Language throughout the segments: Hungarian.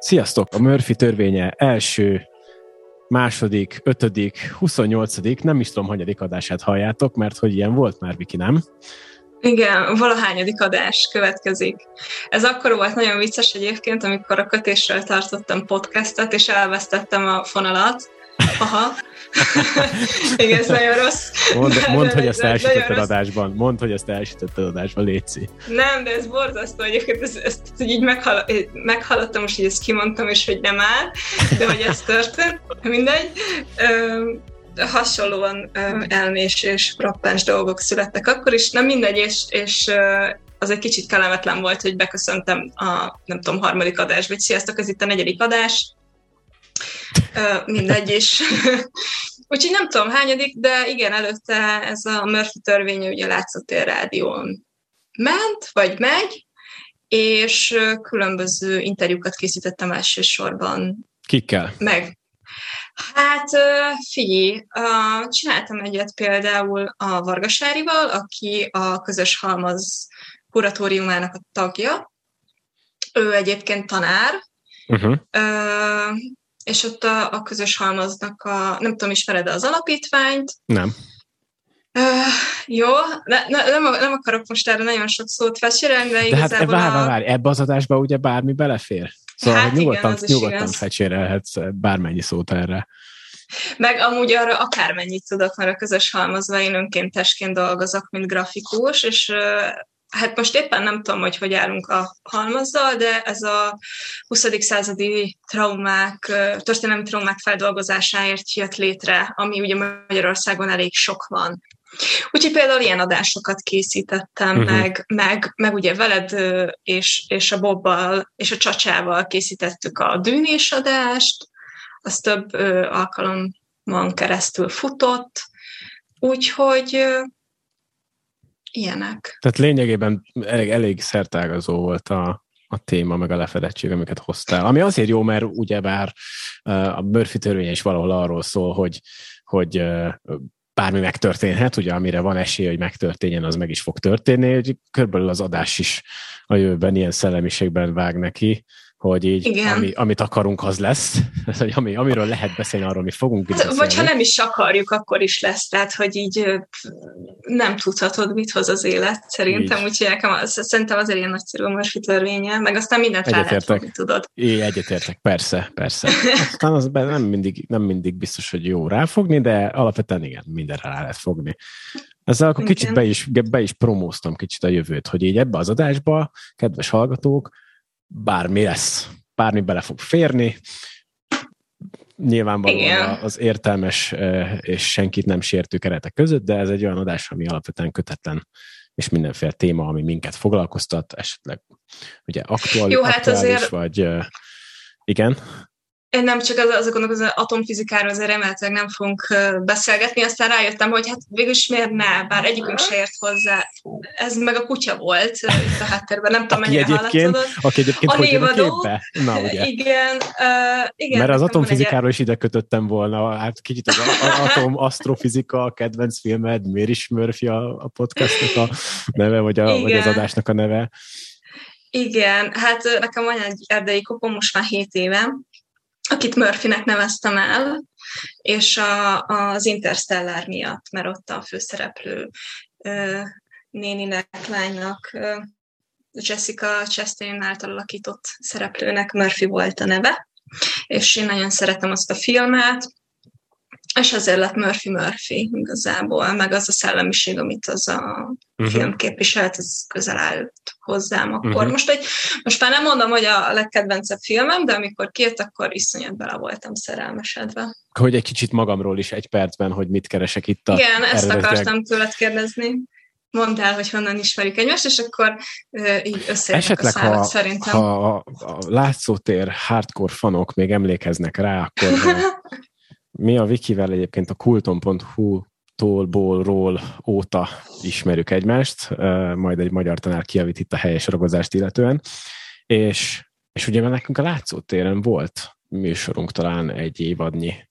Sziasztok! A Murphy törvénye első, második, 5., 28., nem is tudom, hanyadik adását halljátok, mert hogy ilyen volt már, Viki, nem? Igen, valahányadik adás következik. Ez akkor volt nagyon vicces egyébként, amikor a kötésről tartottam podcastot, és elvesztettem a fonalat. Aha. Igen, ez nagyon rossz. Mondd, hogy ezt elsütötted adásban. Mondd, hogy ezt elsütötted adásban, létszi. Nem, de ez borzasztó egyébként. Ezt így meghallottam, most így ezt kimondtam, és hogy nem áll, de hogy ez történt. Mindegy. Hasonlóan elmés és frappáns dolgok születtek akkor is. Nem mindegy, és az egy kicsit kellemetlen volt, hogy beköszöntem a, nem tudom, harmadik adásba, hogy sziasztok, ez itt a 4. adás. Mindegy is. Úgyhogy nem tudom hányadik, de igen, előtte ez a Murphy törvénye ugye Látszótér rádión ment, vagy megy, és különböző interjúkat készítettem elsősorban. Kikkel? Meg. Hát figyelj, csináltam egyet például a Vargasárival, aki a Közös Halmaz kuratóriumának a tagja. Ő egyébként tanár, és ott a Közös Halmaznak nem tudom, ismered az alapítványt? Nem. Jó, nem akarok most erre nagyon sok szót fecsérelni, de igazából... De hát várj, ebbe az adásba ugye bármi belefér? Szóval hát nyugodtan fecsérelhetsz bármennyi szót erre. Meg amúgy arra akármennyit tudok, mert a Közös Halmazban én önkéntesként dolgozok, mint grafikus, és hát most éppen nem tudom, hogy állunk a halmazzal, de ez a 20. századi történelmi traumák feldolgozásáért jött létre, ami ugye Magyarországon elég sok van. Úgyhogy például ilyen adásokat készítettem, meg ugye veled és a Bobbal és a Csacsával készítettük a Dűnés adást, az több alkalomon keresztül futott, úgyhogy ilyenek. Tehát lényegében elég szertágazó volt a téma, meg a lefedettség, amiket hoztál. Ami azért jó, mert ugyebár a Murphy törvénye is valahol arról szól, hogy bármi megtörténhet, ugye amire van esély, hogy megtörténjen, az meg is fog történni. Körülbelül az adás is a jövőben ilyen szellemiségben vág neki, hogy így, amit akarunk, az lesz. Amiről lehet beszélni, arról mi fogunk beszélni. Vagy ha nem is akarjuk, akkor is lesz. Tehát, hogy így nem tudhatod, mit hoz az élet, szerintem. Úgyhogy szerintem azért ilyen nagyszerű a Murphy törvénye, meg aztán mindent rá lehet fogni, tudod. Egyetértek, persze. Aztán az nem mindig biztos, hogy jó ráfogni, de alapvetően igen, mindenre rá lehet fogni. Ezzel akkor kicsit be is promóztam kicsit a jövőt, hogy így ebbe az adásba, kedves hallgatók, bármi lesz, bármi bele fog férni, nyilvánvalóan az értelmes és senkit nem sértő keretek között, de ez egy olyan adás, ami alapvetően kötetlen, és mindenféle téma, ami minket foglalkoztat, esetleg ugye aktuális, vagy igen. Én nem csak azokon az atomfizikáról azért remélhetőleg nem fogunk beszélgetni, aztán rájöttem, hogy hát végülis miért ne, bár egyikünk se ért hozzá. Ez meg a kutya volt itt a háttérben, nem tudom, mennyire hallatszódott. Aki egyébként hogy jön a képbe? Na, ugye. Igen. Mert az atomfizikáról is ide kötöttem volna, hát kicsit az asztrofizika, a kedvenc filmed, miért is Murphy a podcastnak a neve, vagy az adásnak a neve? Igen, hát nekem van egy erdei kopom, most már 7 éve, akit Murphynek neveztem el, és az Interstellar miatt, mert ott a főszereplő néninek, lánynak, Jessica Chastain által alakított szereplőnek Murphy volt a neve, és én nagyon szeretem azt a filmet, és azért lett Murphy igazából, meg az a szellemiség, amit az a film képviselt, ez közel állt hozzám akkor. Most már nem mondom, hogy a legkedvencebb filmem, de amikor kijött, akkor iszonyat bele voltam szerelmesedve. Hogy egy kicsit magamról is egy percben, hogy mit keresek itt Igen, ezt akartam tőled kérdezni. Mondd el, hogy honnan ismerjük egymást, és akkor így összejönnek a szálak szerintem. Ha a Látszótér hardcore fanok még emlékeznek rá, akkor mi a Wikivel egyébként a kulton.hu-ról óta ismerjük egymást, majd egy magyar tanár kijavít itt a helyes ragozást illetően, és ugye nekünk a Látszótéren volt műsorunk talán egy évadnyi,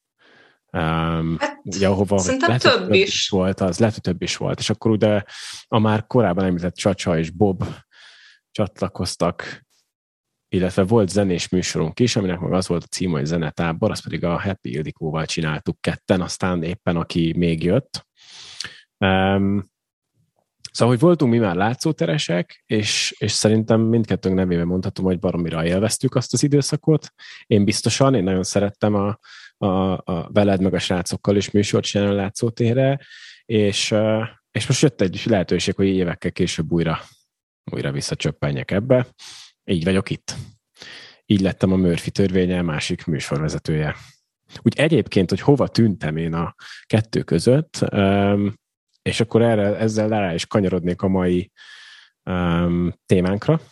ugye, ahova szerintem több is volt, lehet, hogy több is volt, és akkor ugye a már korábban említett Csacsa és Bob csatlakoztak illetve volt zenés műsorunk is, aminek meg az volt a cím, hogy Zenetábor, azt pedig a Happy Ildikóval csináltuk ketten, aztán éppen aki még jött. Szóval, hogy voltunk mi már látszóteresek, és szerintem mindkettőnk nevében mondhatom, hogy baromira élveztük azt az időszakot. Én biztosan, én nagyon szerettem a veled meg a srácokkal is műsort csinálni a látszótérre, és most jött egy lehetőség, hogy évekkel később újra visszacsöppenjek ebbe. Így vagyok itt. Így lettem a Murphy törvénye másik műsorvezetője. Úgy egyébként, hogy hova tűntem én a kettő között, és akkor ezzel rá is kanyarodnék a mai témánkra,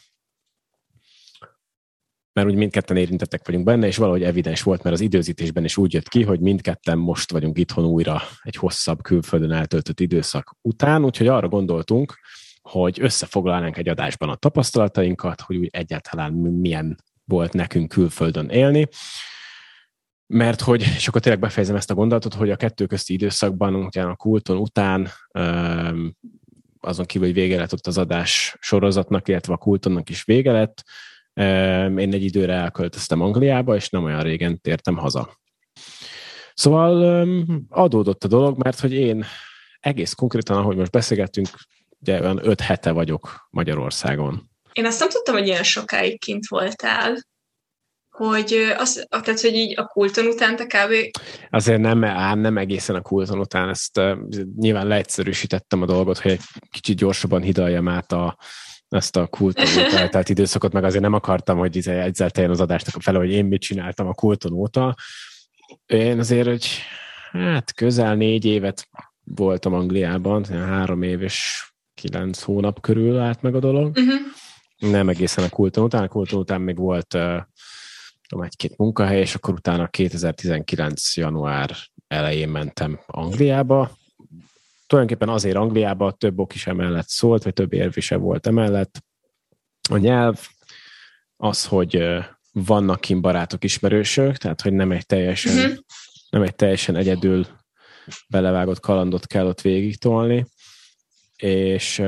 mert úgy mindketten érintettek vagyunk benne, és valahogy evidens volt, mert az időzítésben is úgy jött ki, hogy mindketten most vagyunk itthon újra egy hosszabb külföldön eltöltött időszak után, úgyhogy arra gondoltunk, hogy összefoglalnánk egy adásban a tapasztalatainkat, hogy úgy egyáltalán milyen volt nekünk külföldön élni, mert hogy, és akkor tényleg befejezem ezt a gondolatot, hogy a kettő közti időszakban, ugye a Kulton után, azon kívül, hogy vége lett ott az adás sorozatnak, illetve a Kultonnak is vége lett, én egy időre elköltöztem Angliába, és nem olyan régen tértem haza. Szóval adódott a dolog, mert hogy én egész konkrétan, ahogy most beszélgettünk, ugye olyan 5 hete vagyok Magyarországon. Én azt nem tudtam, hogy ilyen sokáig kint voltál, tehát, hogy így a Kulton után te kb. Azért nem egészen a Kulton után, ezt nyilván leegyszerűsítettem a dolgot, hogy egy kicsit gyorsabban hidaljam át ezt a Kulton után eltelt időszakot, meg azért nem akartam, hogy ezzel teljen az adásnak a fele, hogy én mit csináltam a Kulton óta. Én azért, hogy közel 4 évet voltam Angliában, 3 év és 9 hónap körül állt meg a dolog. Nem egészen a Kulton után még volt egy-két munkahely, és akkor utána 2019. január elején mentem Angliába. Tulajdonképpen azért Angliába több ok is emellett szólt, vagy több érv is volt emellett. A nyelv, az, hogy vannak kint barátok, ismerősök, tehát hogy nem egy teljesen egyedül belevágott kalandot kell ott végigtolni, és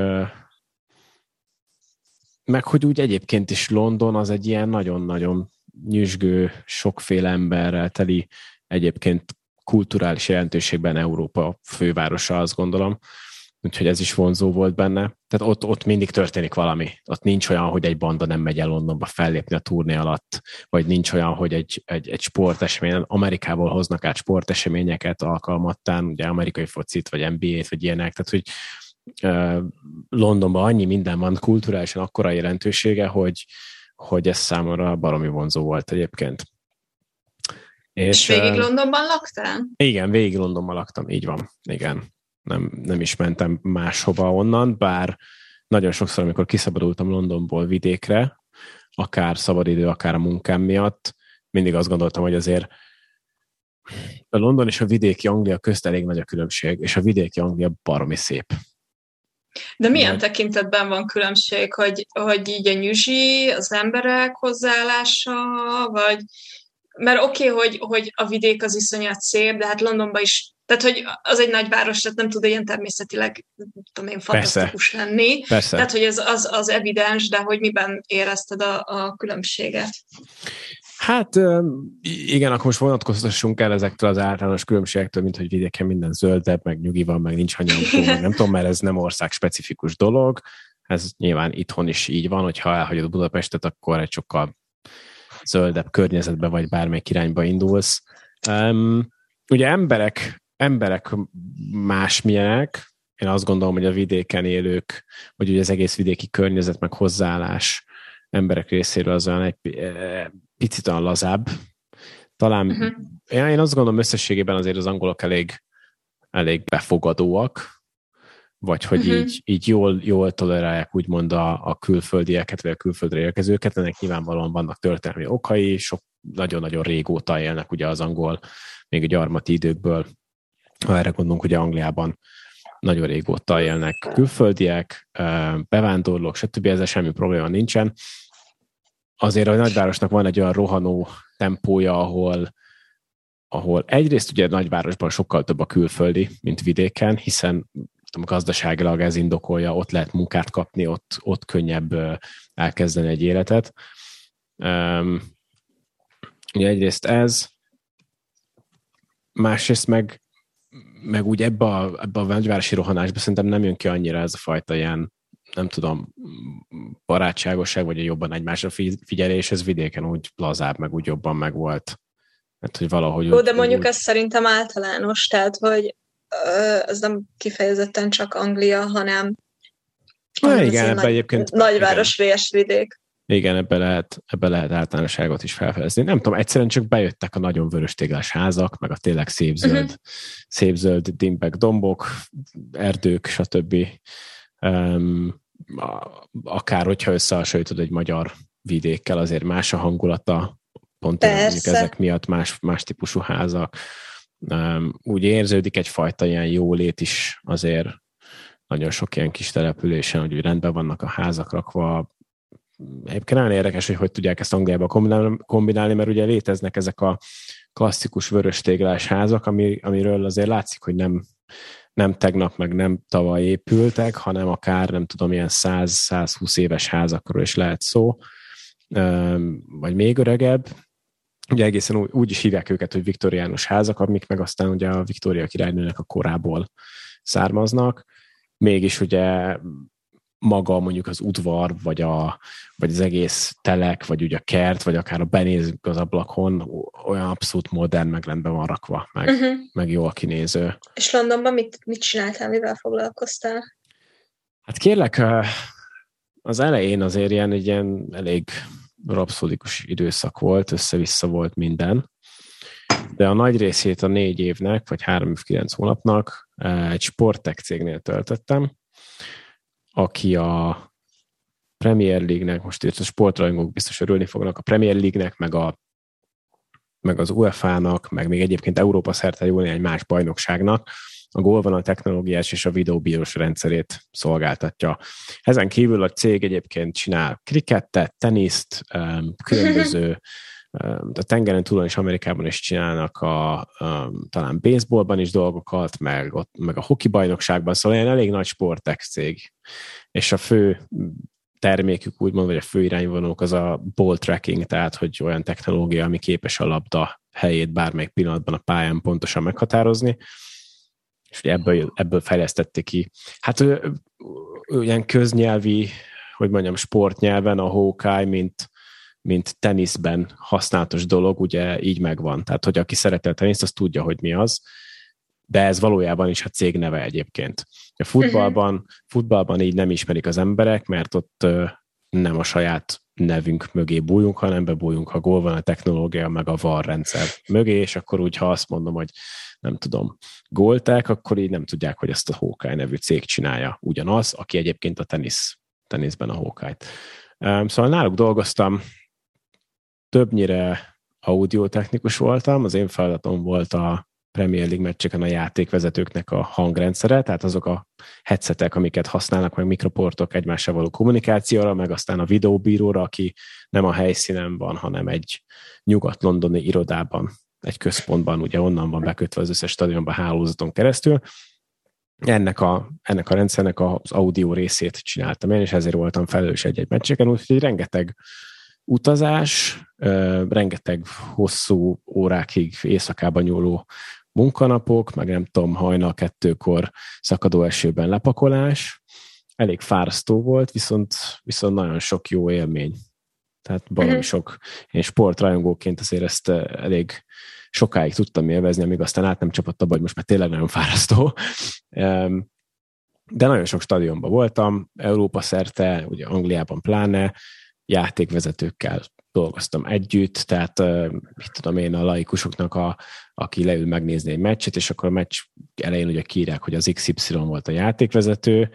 meg hogy úgy egyébként is London az egy ilyen nagyon-nagyon nyüzsgő, sokféle emberrel teli, egyébként kulturális jelentőségben Európa fővárosa, azt gondolom. Úgyhogy ez is vonzó volt benne. Tehát ott mindig történik valami. Ott nincs olyan, hogy egy banda nem megy el Londonba fellépni a turné alatt, vagy nincs olyan, hogy egy sporteseményen, Amerikából hoznak át sporteseményeket alkalmattán, ugye amerikai focit, vagy NBA-t, vagy ilyenek. Tehát, hogy Londonban annyi minden van kulturálisan akkora jelentősége, hogy ez számomra baromi vonzó volt egyébként. És végig Londonban laktál? Igen, végig Londonban laktam, így van. Igen. Nem is mentem máshova onnan, bár nagyon sokszor, amikor kiszabadultam Londonból vidékre, akár szabadidő, akár a munkám miatt, mindig azt gondoltam, hogy azért a London és a vidéki Anglia közt elég nagy a különbség, és a vidéki Anglia baromi szép. De milyen tekintetben van különbség, hogy így a nyüzsi, az emberek hozzáállása, vagy... Mert oké, hogy a vidék az iszonyat szép, de hát Londonban is, tehát hogy az egy nagyváros, tehát nem tud ilyen természetileg, tudom én, fantasztikus lenni. Persze. Tehát, hogy ez az evidens, de hogy miben érezted a különbséget? Hát igen, akkor most vonatkoztassunk el ezektől az általános különbségektől, mint hogy vidéken minden zöldebb, meg nyugi van, meg nincs hanyankó, meg nem tudom, mert ez nem országspecifikus dolog. Ez nyilván itthon is így van, hogyha elhagyod Budapestet, akkor egy sokkal zöldebb környezetbe, vagy bármelyik irányba indulsz. Ugye emberek másmilyenek. Én azt gondolom, hogy a vidéken élők, vagy ugye az egész vidéki környezet, meg hozzáállás emberek részéről az olyan egy picit olyan lazább. Talán én azt gondolom összességében azért az angolok elég befogadóak, vagy hogy így jól tolerálják úgymond a külföldieket, vagy a külföldre érkezőket. Ennek nyilvánvalóan vannak történelmi okai, sok nagyon-nagyon régóta élnek ugye az angol, még a gyarmati időkből. Ha erre gondolunk, hogy Angliában nagyon régóta élnek külföldiek, bevándorlók, stb. Ezzel semmi probléma nincsen. Azért a nagyvárosnak van egy olyan rohanó tempója, ahol egyrészt ugye nagyvárosban sokkal több a külföldi, mint vidéken, hiszen gazdaságilag ez indokolja, ott lehet munkát kapni, ott könnyebb elkezdeni egy életet. Ugye egyrészt ez, másrészt meg úgy ebbe a nagyvárosi rohanásba szerintem nem jön ki annyira ez a fajta ilyen, nem tudom, barátságosság, vagy jobban egymásra figyelés, ez vidéken úgy lazább, meg úgy jobban meg volt. Hát, hogy valahogy de mondjuk ez szerintem általános, tehát, hogy ez nem kifejezetten csak Anglia, hanem igen, ebben egyébként nagyváros vidék. Igen, ebbe lehet általánosságot is felfedezni. Nem tudom, egyszerűen csak bejöttek a nagyon vörös téglás házak, meg a tényleg szép zöld dimbek, dombok, erdők, stb. Akár hogyha összehasonlítod egy magyar vidékkel, azért más a hangulata, pont mondjuk ezek miatt más típusú házak. Úgy érződik egyfajta ilyen jólét is azért nagyon sok ilyen kis településen, hogy rendben vannak a házak rakva. Egyébként nagyon érdekes, hogy tudják ezt Angliába kombinálni, mert ugye léteznek ezek a klasszikus vöröstéglás házak, amiről azért látszik, hogy nem tegnap, meg nem tavaly épültek, hanem akár, nem tudom, ilyen 100-120 éves házakról is lehet szó, vagy még öregebb. Ugye egészen úgy is hívják őket, hogy viktoriánus házak, amik meg aztán ugye a Viktória királynőnek a korából származnak. Mégis ugye maga mondjuk az udvar, vagy az egész telek, vagy ugye a kert, vagy akár a benézünk az ablakon, olyan abszolút modern, meg rendben van rakva, meg jól kinéző. És Londonban mit csináltál, mivel foglalkoztál? Hát kérlek, az elején azért egy ilyen elég rapszódikus időszak volt, össze-vissza volt minden, de a nagy részét a 4 évnek, vagy 3 év 9 hónapnak egy sporttech cégnél töltöttem, aki a Premier League-nek, most itt a sportrajongók biztos örülni fognak, a Premier League-nek, meg az UEFA-nak, meg még egyébként Európa szerte jól néhány más bajnokságnak a gólvonal technológiás és a videóbírós rendszerét szolgáltatja. Ezen kívül a cég egyébként csinál krikettet, teniszt, különböző a tengeren túlon és Amerikában is csinálnak talán baseballban is dolgokat, meg a hoki bajnokságban, szóval ilyen elég nagy sporttech cég. És a fő termékük úgymond, vagy a fő irányvonók az a ball tracking, tehát hogy olyan technológia, ami képes a labda helyét bármelyik pillanatban a pályán pontosan meghatározni, és ugye ebből fejlesztették ki. Hát olyan köznyelvi, hogy mondjam, sportnyelven a Hawkeye, mint teniszben használatos dolog, ugye így megvan. Tehát, hogy aki szereti a teniszt, az tudja, hogy mi az, de ez valójában is a cég neve egyébként. A futballban így nem ismerik az emberek, mert ott nem a saját nevünk mögé bújunk, hanem bebújunk a gólvonal technológia, meg a VAR rendszer mögé, és akkor úgy, ha azt mondom, hogy nem tudom, góltek, akkor így nem tudják, hogy ezt a Hawkeye nevű cég csinálja. Ugyanaz, aki egyébként a teniszben a Hawkeye-t. Szóval náluk dolgoztam, többnyire audiotechnikus voltam, az én feladatom volt a Premier League meccseken a játékvezetőknek a hangrendszere, tehát azok a headsetek, amiket használnak, meg mikroportok egymással való kommunikációra, meg aztán a videóbíróra, aki nem a helyszínen van, hanem egy nyugat-londoni irodában, egy központban, ugye onnan van bekötve az összes stadionban hálózaton keresztül. Ennek a rendszernek az audio részét csináltam én, és ezért voltam felelős egy meccseken, úgyhogy rengeteg utazás, rengeteg hosszú órákig éjszakában nyúló munkanapok, meg nem tudom, hajnal 2-kor szakadó esőben lepakolás. Elég fárasztó volt, viszont nagyon sok jó élmény. Tehát valami sok. Én sportrajongóként azért ezt elég sokáig tudtam élvezni, amíg aztán át nem csapott abba, hogy most már tényleg nagyon fárasztó. De nagyon sok stadionban voltam, Európa szerte, ugye Angliában pláne, játékvezetőkkel dolgoztam együtt, tehát mit tudom én, a laikusoknak, aki leül megnézni egy meccset, és akkor a meccs elején ugye kiírják, hogy az XY volt a játékvezető.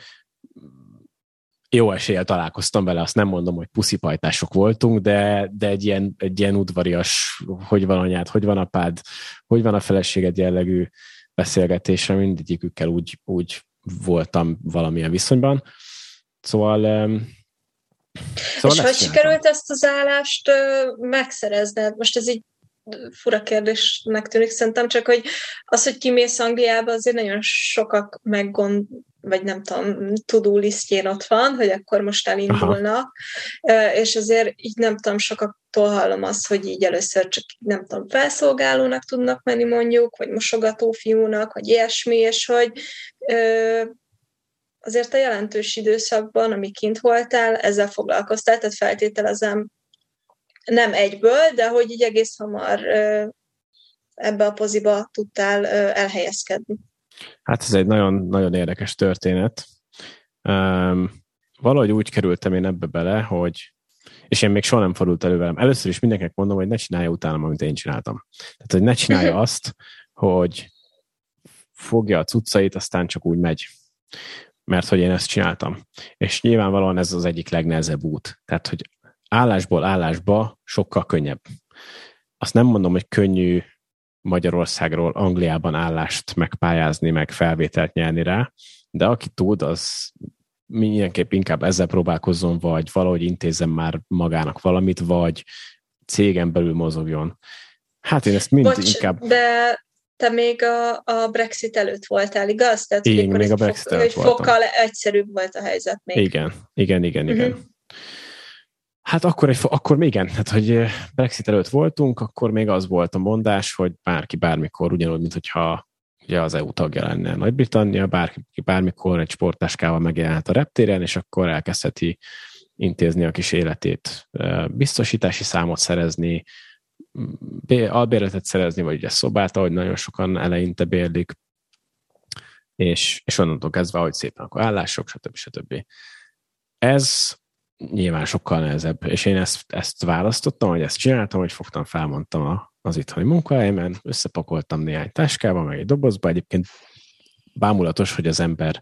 Jó eséllyel találkoztam vele, azt nem mondom, hogy puszipajtások voltunk, de egy ilyen udvarias, hogy van anyád, hogy van apád, hogy van a feleséged jellegű beszélgetésre, mindegyikükkel úgy voltam valamilyen viszonyban. Szóval és hogy sikerült ezt az állást megszerezned? Most ez így fura kérdésnek tűnik szerintem, csak hogy az, hogy kimész Angliába, azért nagyon sokak vagy nem tudom, to-do listjén ott van, hogy akkor most elindulnak, és azért így nem tudom, sokak hallom azt, hogy így először csak nem tudom, felszolgálónak tudnak menni mondjuk, vagy mosogatófiúnak, vagy ilyesmi, és hogy azért a jelentős időszakban, ami kint voltál, ezzel foglalkoztál, tehát feltételezem nem egyből, de hogy így egész hamar ebbe a poziba tudtál elhelyezkedni. Hát ez egy nagyon, nagyon érdekes történet. Valahogy úgy kerültem én ebbe bele, hogy és én még soha nem fordult elő velem. Először is mindenkinek mondom, hogy ne csinálja utánam, amit én csináltam. Tehát, hogy ne csinálja azt, hogy fogja a cuccait, aztán csak úgy megy. Mert hogy én ezt csináltam. És nyilvánvalóan ez az egyik legnehezebb út. Tehát, hogy állásból állásba sokkal könnyebb. Azt nem mondom, hogy könnyű Magyarországról Angliában állást megpályázni, meg felvételt nyerni rá, de aki tud, az mindenképp inkább ezzel próbálkozzon, vagy valahogy intézzem már magának valamit, vagy cégen belül mozogjon. Hát én ezt inkább... de te még a Brexit előtt voltál, igaz? Tehát, én még a Brexit előtt voltam. Fokkal egyszerűbb volt a helyzet még. Igen. Hát akkor még igen, hát hogy Brexit előtt voltunk, akkor még az volt a mondás, hogy bárki bármikor, ugyanúgy, mint hogyha ugye az EU tagja lenne Nagy-Britannia, bárki bármikor egy sporttáskával megjelenhet a reptéren, és akkor elkezdheti intézni a kis életét, biztosítási számot szerezni, albérletet szerezni, vagy ugye szobát, ahogy nagyon sokan eleinte bérlik, és onnantól kezdve, ahogy szépen akkor állások, stb. Ez nyilván sokkal nehezebb, és én ezt választottam, hogy ezt csináltam, hogy fogtam, felmondtam az itthoni munkahelyemen, összepakoltam néhány táskába, meg egy dobozba. Egyébként bámulatos, hogy az ember,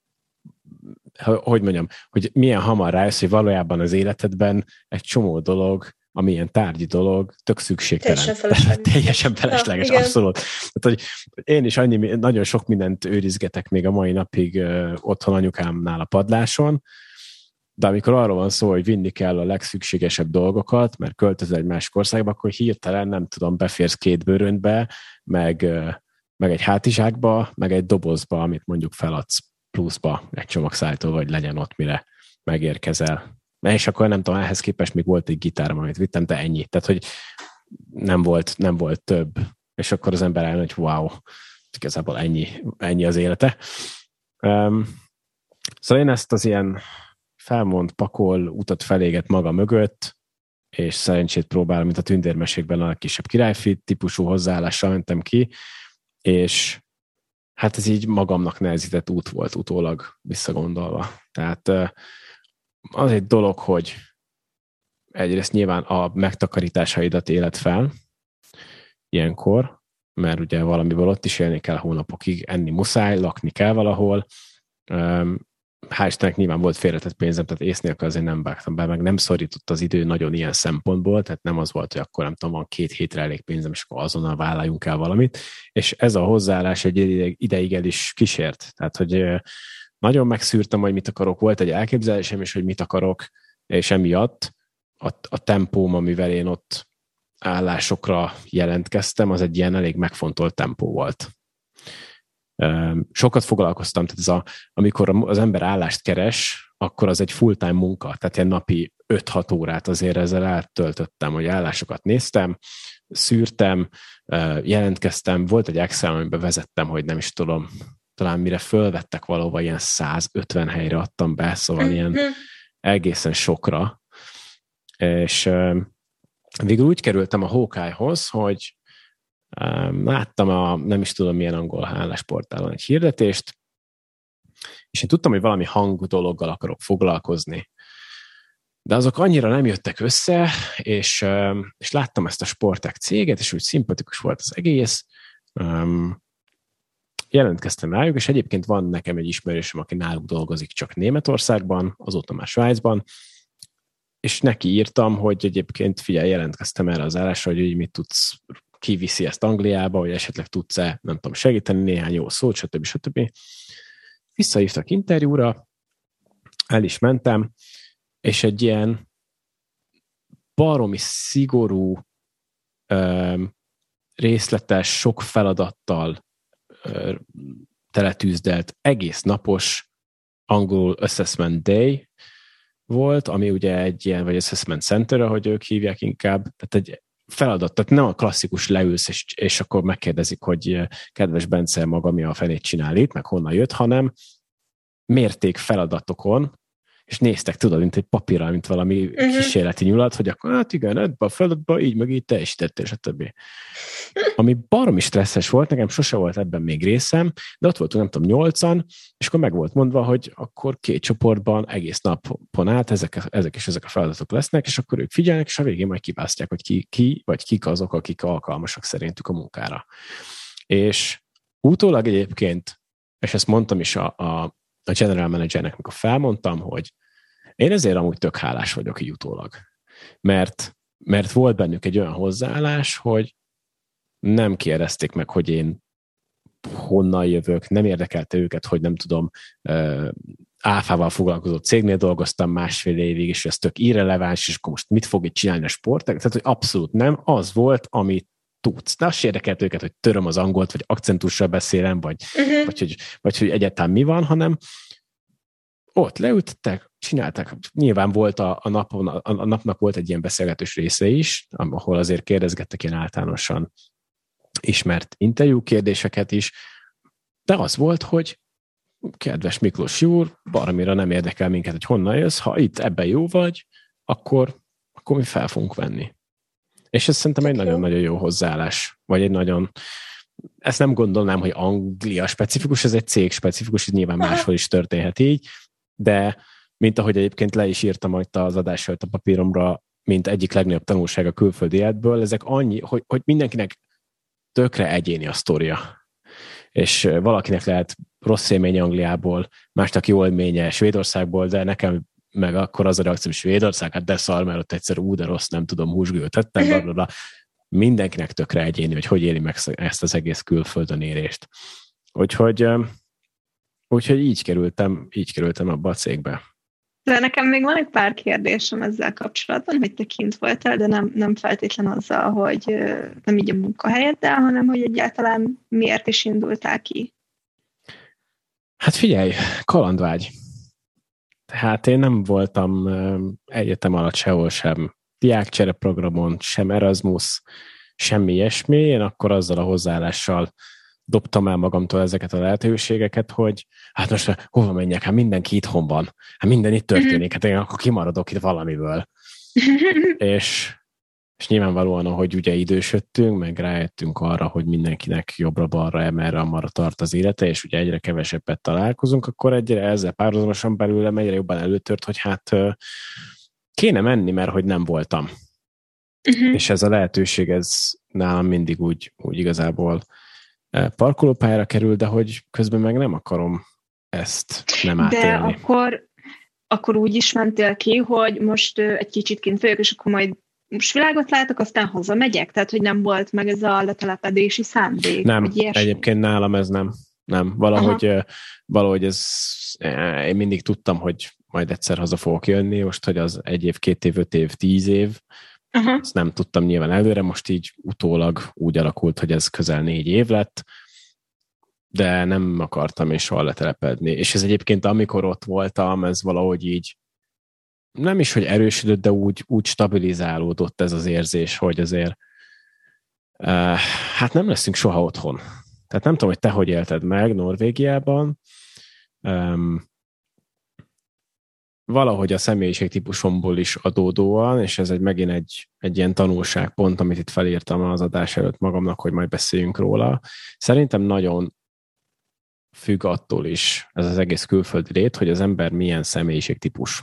hogy mondjam, hogy milyen hamar rájössz, hogy valójában az életedben egy csomó dolog, ami ilyen tárgyi dolog, tök szükségtelen. Teljesen felesleges, abszolút. Tehát, hogy én is nagyon sok mindent őrizgetek még a mai napig otthon anyukámnál a padláson, de amikor arról van szó, hogy vinni kell a legszükségesebb dolgokat, mert költözöl egy másik országba, akkor hirtelen nem tudom, beférsz 2 bőröntbe, meg egy hátizsákba, meg egy dobozba, amit mondjuk feladsz pluszba egy csomagszállító, vagy legyen ott, mire megérkezel. És akkor nem tudom, ehhez képest még volt egy gitárom, amit vittem, de ennyi. Tehát, hogy nem volt több. És akkor az ember eljön, hogy wow, igazából ennyi az élete. Szóval én ezt az ilyen felmond, pakol, utat feléget maga mögött, és szerencsét próbálom, mint a tündérmesékben a kisebb királyfi típusú hozzáállással mentem ki, és hát ez így magamnak nehezített út volt utólag visszagondolva. Tehát az egy dolog, hogy egyrészt nyilván a megtakarításaidat éled fel ilyenkor, mert ugye valamiből ott is élni kell hónapokig, enni muszáj, lakni kell valahol. Hál' Istennek nyilván volt félretett pénzem, tehát ész nélkül azért nem vágtam be, meg nem szorított az idő nagyon ilyen szempontból, tehát nem az volt, hogy akkor nem tudom, van 2 hétre elég pénzem, és akkor azonnal vállaljunk el valamit, és ez a hozzáállás egy ideig el is kísért, tehát hogy nagyon megszűrtem, hogy mit akarok, volt egy elképzelésem is, hogy mit akarok, és emiatt a tempóm, amivel én ott állásokra jelentkeztem, az egy ilyen elég megfontolt tempó volt. Sokat foglalkoztam, tehát amikor az ember állást keres, akkor az egy full-time munka, tehát ilyen napi 5-6 órát azért ezzel eltöltöttem, hogy állásokat néztem, szűrtem, jelentkeztem, volt egy Excel, amiben vezettem, hogy nem is tudom, talán mire fölvettek valahova, ilyen 150 helyre adtam be, szóval ilyen egészen sokra. És végül úgy kerültem a Hawkeye-hoz, hogy láttam nem is tudom milyen angol állásportálon egy hirdetést, és én tudtam, hogy valami hang dologgal akarok foglalkozni. De azok annyira nem jöttek össze, és láttam ezt a Sportech céget, és úgy szimpatikus volt az egész. Jelentkeztem rájuk, és egyébként van nekem egy ismerősöm, aki náluk dolgozik csak Németországban, azóta már Svájcban, és neki írtam, hogy egyébként figyelj, jelentkeztem erre az állásra, hogy mit tudsz, kiviszi ezt Angliába, vagy esetleg tudsz-e, nem tudom, segíteni néhány jó szót, stb. Visszahívtak interjúra, el is mentem, és egy ilyen baromi szigorú, részletes, sok feladattal teletűzdelt egész napos angol assessment day, volt, ami ugye egy ilyen, vagy assessment center, ahogy ők hívják inkább, tehát egy feladat, tehát nem a klasszikus leülsz, és akkor megkérdezik, hogy kedves Bence, maga mi a fenét csinál itt, meg honnan jött, hanem mérték feladatokon, és néztek, tudod, mint egy papírral, mint valami kísérleti nyulat, hogy akkor hát igen, ebben a feladatban így meg így teljesítettél, stb. Ami baromi stresszes volt, nekem sose volt ebben még részem, de ott voltunk, nem tudom, 8-an, és akkor meg volt mondva, hogy akkor 2 csoportban egész napon át ezek a feladatok lesznek, és akkor ők figyelnek, és a végén majd kiválasztják, hogy ki vagy kik azok, akik alkalmasak szerintük a munkára. És utólag egyébként, és ezt mondtam is a general managernek, amikor felmondtam, hogy én ezért amúgy tök hálás vagyok így utólag. Mert volt bennük egy olyan hozzáállás, hogy nem kérdezték meg, hogy én honnan jövök, nem érdekelte őket, hogy nem tudom, áfával foglalkozó cégnél dolgoztam 1,5 évig, és ez tök irreleváns, és akkor most mit fog itt csinálni a sportág? Tehát, hogy abszolút nem, az volt, amit tudsz. De azt érdekelt őket, hogy töröm az angolt, vagy akcentussal beszélem, vagy hogy egyáltalán mi van, hanem ott leültettek, csinálták. Nyilván volt a napnak volt egy ilyen beszélgetős része is, ahol azért kérdezgettek ilyen általánosan ismert interjú kérdéseket is, de az volt, hogy kedves Miklós úr, baromira nem érdekel minket, hogy honnan jössz, ha itt ebben jó vagy, akkor mi fel fogunk venni. És ez szerintem egy nagyon-nagyon jó hozzáállás, vagy egy nagyon, ezt nem gondolnám, hogy Anglia specifikus, ez egy cég specifikus, ez nyilván máshol is történhet így, de mint ahogy egyébként le is írtam itt az adás előtt a papíromra, mint egyik legnagyobb tanulság a külföldi életből, ezek annyi, hogy mindenkinek tökre egyéni a sztoria. És valakinek lehet rossz élménye Angliából, másnak jó élménye Svédországból, de nekem meg akkor az a reakció, hogy Svédország, hát de szar, mert ott egyszer de rossz, nem tudom, húsgőt tettem, blablabla. Mindenkinek tökre egyéni, hogy éli meg ezt az egész külföldön érést. Úgyhogy így kerültem abba a cégbe. De nekem még van egy pár kérdésem ezzel kapcsolatban, hogy te kint voltál, de nem feltétlen azzal, hogy nem így a munkahelyeddel, hanem hogy egyáltalán miért is indultál ki? Hát figyelj, kalandvágy. Tehát én nem voltam egyetem alatt sehol sem diákcsereprogramon, sem Erasmus, semmi ilyesmi. Én akkor azzal a hozzáállással dobtam el magamtól ezeket a lehetőségeket, hogy hát most hova menjek, hát mindenki itthon van, hát minden itt történik, hát én akkor kimaradok itt valamiből. és nyilvánvalóan, ahogy ugye idősödtünk, meg rájöttünk arra, hogy mindenkinek jobbra-balra, emelre-amarra tart az élete, és ugye egyre kevesebbet találkozunk, akkor egyre ezzel párhuzamosan belőlem egyre jobban előtört, hogy hát kéne menni, mert hogy nem voltam. És ez a lehetőség, ez nálam mindig úgy igazából parkolópályára kerül, de hogy közben meg nem akarom ezt nem átélni. De akkor úgy is mentél ki, hogy most egy kicsit kint vagyok, és akkor majd most világot látok, aztán hazamegyek? Tehát, hogy nem volt meg ez a letelepedési szándék? Nem, egyébként nálam ez nem. Valahogy ez, én mindig tudtam, hogy majd egyszer haza fogok jönni, most, hogy az 1 év, 2 év, 5 év, 10 év, ezt nem tudtam nyilván előre, most így utólag úgy alakult, hogy ez közel 4 év lett, de nem akartam és soha letelepedni. És ez egyébként, amikor ott voltam, ez valahogy így nem is, hogy erősödött, de úgy stabilizálódott ez az érzés, hogy azért hát nem leszünk soha otthon. Tehát nem tudom, hogy te hogy élted meg Norvégiában. Valahogy a személyiségtípusomból is adódóan, és ez megint egy ilyen tanulságpont, amit itt felírtam az adás előtt magamnak, hogy majd beszéljünk róla. Szerintem nagyon függ attól is ez az egész külföldi lét, hogy az ember milyen személyiségtípus.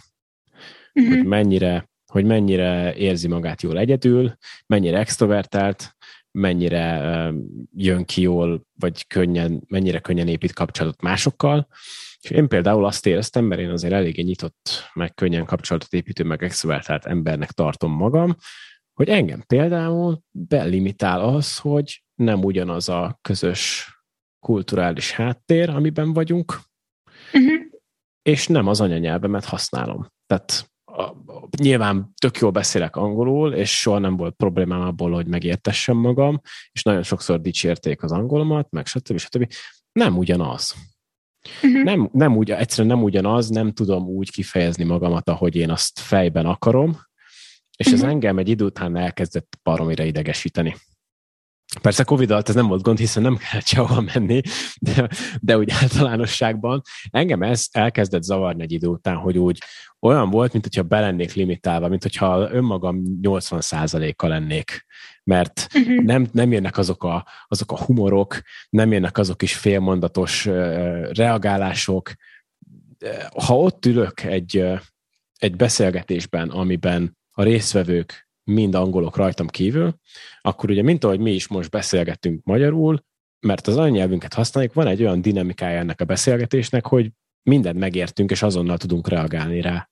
Hogy mennyire érzi magát jól egyedül, mennyire extrovertált, mennyire jön ki jól, vagy mennyire könnyen épít kapcsolatot másokkal. És én például azt éreztem, mert én azért eléggé nyitott, meg könnyen kapcsolatot építő, meg extrovertált embernek tartom magam, hogy engem például belimitál az, hogy nem ugyanaz a közös kulturális háttér, amiben vagyunk, és nem az anyanyelvemet használom. Tehát nyilván tök jól beszélek angolul, és soha nem volt problémám abból, hogy megértessem magam, és nagyon sokszor dicsérték az angolomat, meg stb. Nem ugyanaz. Egyszerűen nem ugyanaz, nem tudom úgy kifejezni magamat, ahogy én azt fejben akarom, és ez engem egy idő után elkezdett baromira idegesíteni. Persze Covid alatt ez nem volt gond, hiszen nem kellett sehova menni, de úgy általánosságban engem ez elkezdett zavarni egy idő után, hogy úgy olyan volt, mint hogyha be lennék limitálva, mint hogyha önmagam 80%-kal lennék, mert nem jönnek azok a humorok, nem jönnek azok is félmondatos reagálások. Ha ott ülök egy beszélgetésben, amiben a résztvevők mind angolok rajtam kívül, akkor ugye, mint ahogy mi is most beszélgettünk magyarul, mert az anyanyelvünket használjuk, van egy olyan dinamikája ennek a beszélgetésnek, hogy mindent megértünk, és azonnal tudunk reagálni rá.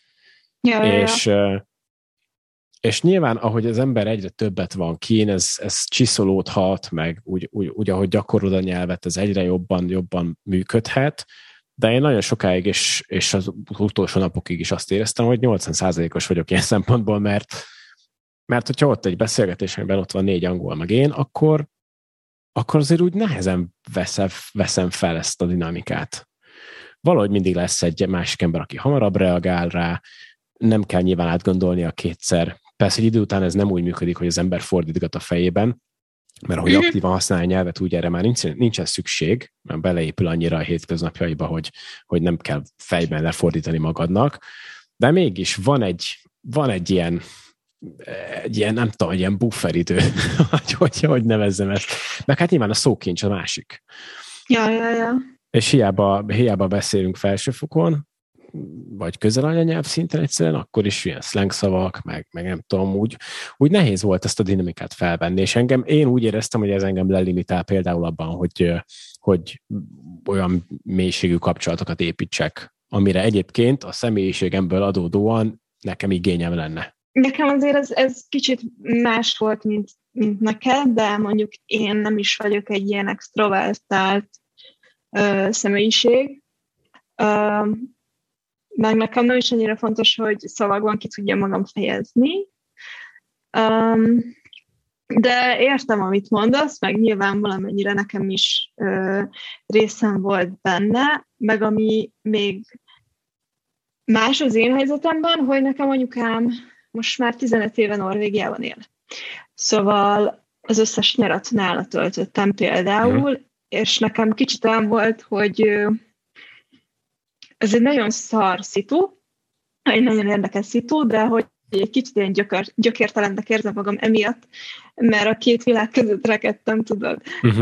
És nyilván, ahogy az ember egyre többet van kín, ez csiszolódhat, meg úgy ahogy gyakorlod a nyelvet, ez egyre jobban működhet, de én nagyon sokáig, és az utolsó napokig is azt éreztem, hogy 80%-os vagyok ilyen szempontból, mert hogyha ott egy beszélgetés, amiben ott van 4 angol meg én, akkor azért úgy nehezen veszem fel ezt a dinamikát. Valahogy mindig lesz egy másik ember, aki hamarabb reagál rá, nem kell nyilván átgondolnia kétszer. Persze egy idő után ez nem úgy működik, hogy az ember fordítgat a fejében, mert ahogy aktívan használja a nyelvet, úgy erre már nincsen szükség, mert beleépül annyira a hétköznapjaiba, hogy nem kell fejben lefordítani magadnak, de mégis van egy ilyen nem tudom, egy ilyen bufferidő, hogy nevezzem ezt. Meg hát nyilván a szókincs a másik. Ja. És hiába beszélünk felsőfokon, vagy közel anyanyelv szinten egyszerűen, akkor is ilyen slang szavak, meg nem tudom, úgy nehéz volt ezt a dinamikát felvenni, és én úgy éreztem, hogy ez engem lelimitál például abban, hogy olyan mélységű kapcsolatokat építsek, amire egyébként a személyiségemből adódóan nekem igényem lenne. Nekem azért ez kicsit más volt, mint neked, de mondjuk én nem is vagyok egy ilyen extrovertált személyiség. Meg nekem nem is annyira fontos, hogy szavakban ki tudjam magam fejezni. De értem, amit mondasz, meg nyilván valamennyire nekem is részem volt benne, meg ami még más az én helyzetemben, hogy nekem anyukám most már 15 éve Norvégiában él. Szóval az összes nyarat nála töltöttem például, és nekem kicsit olyan volt, hogy ez egy nagyon szar szitu, egy nagyon érdekes szitu, de hogy egy kicsit ilyen gyökértelennek érzem magam emiatt, mert a két világ között rekedtem, tudod.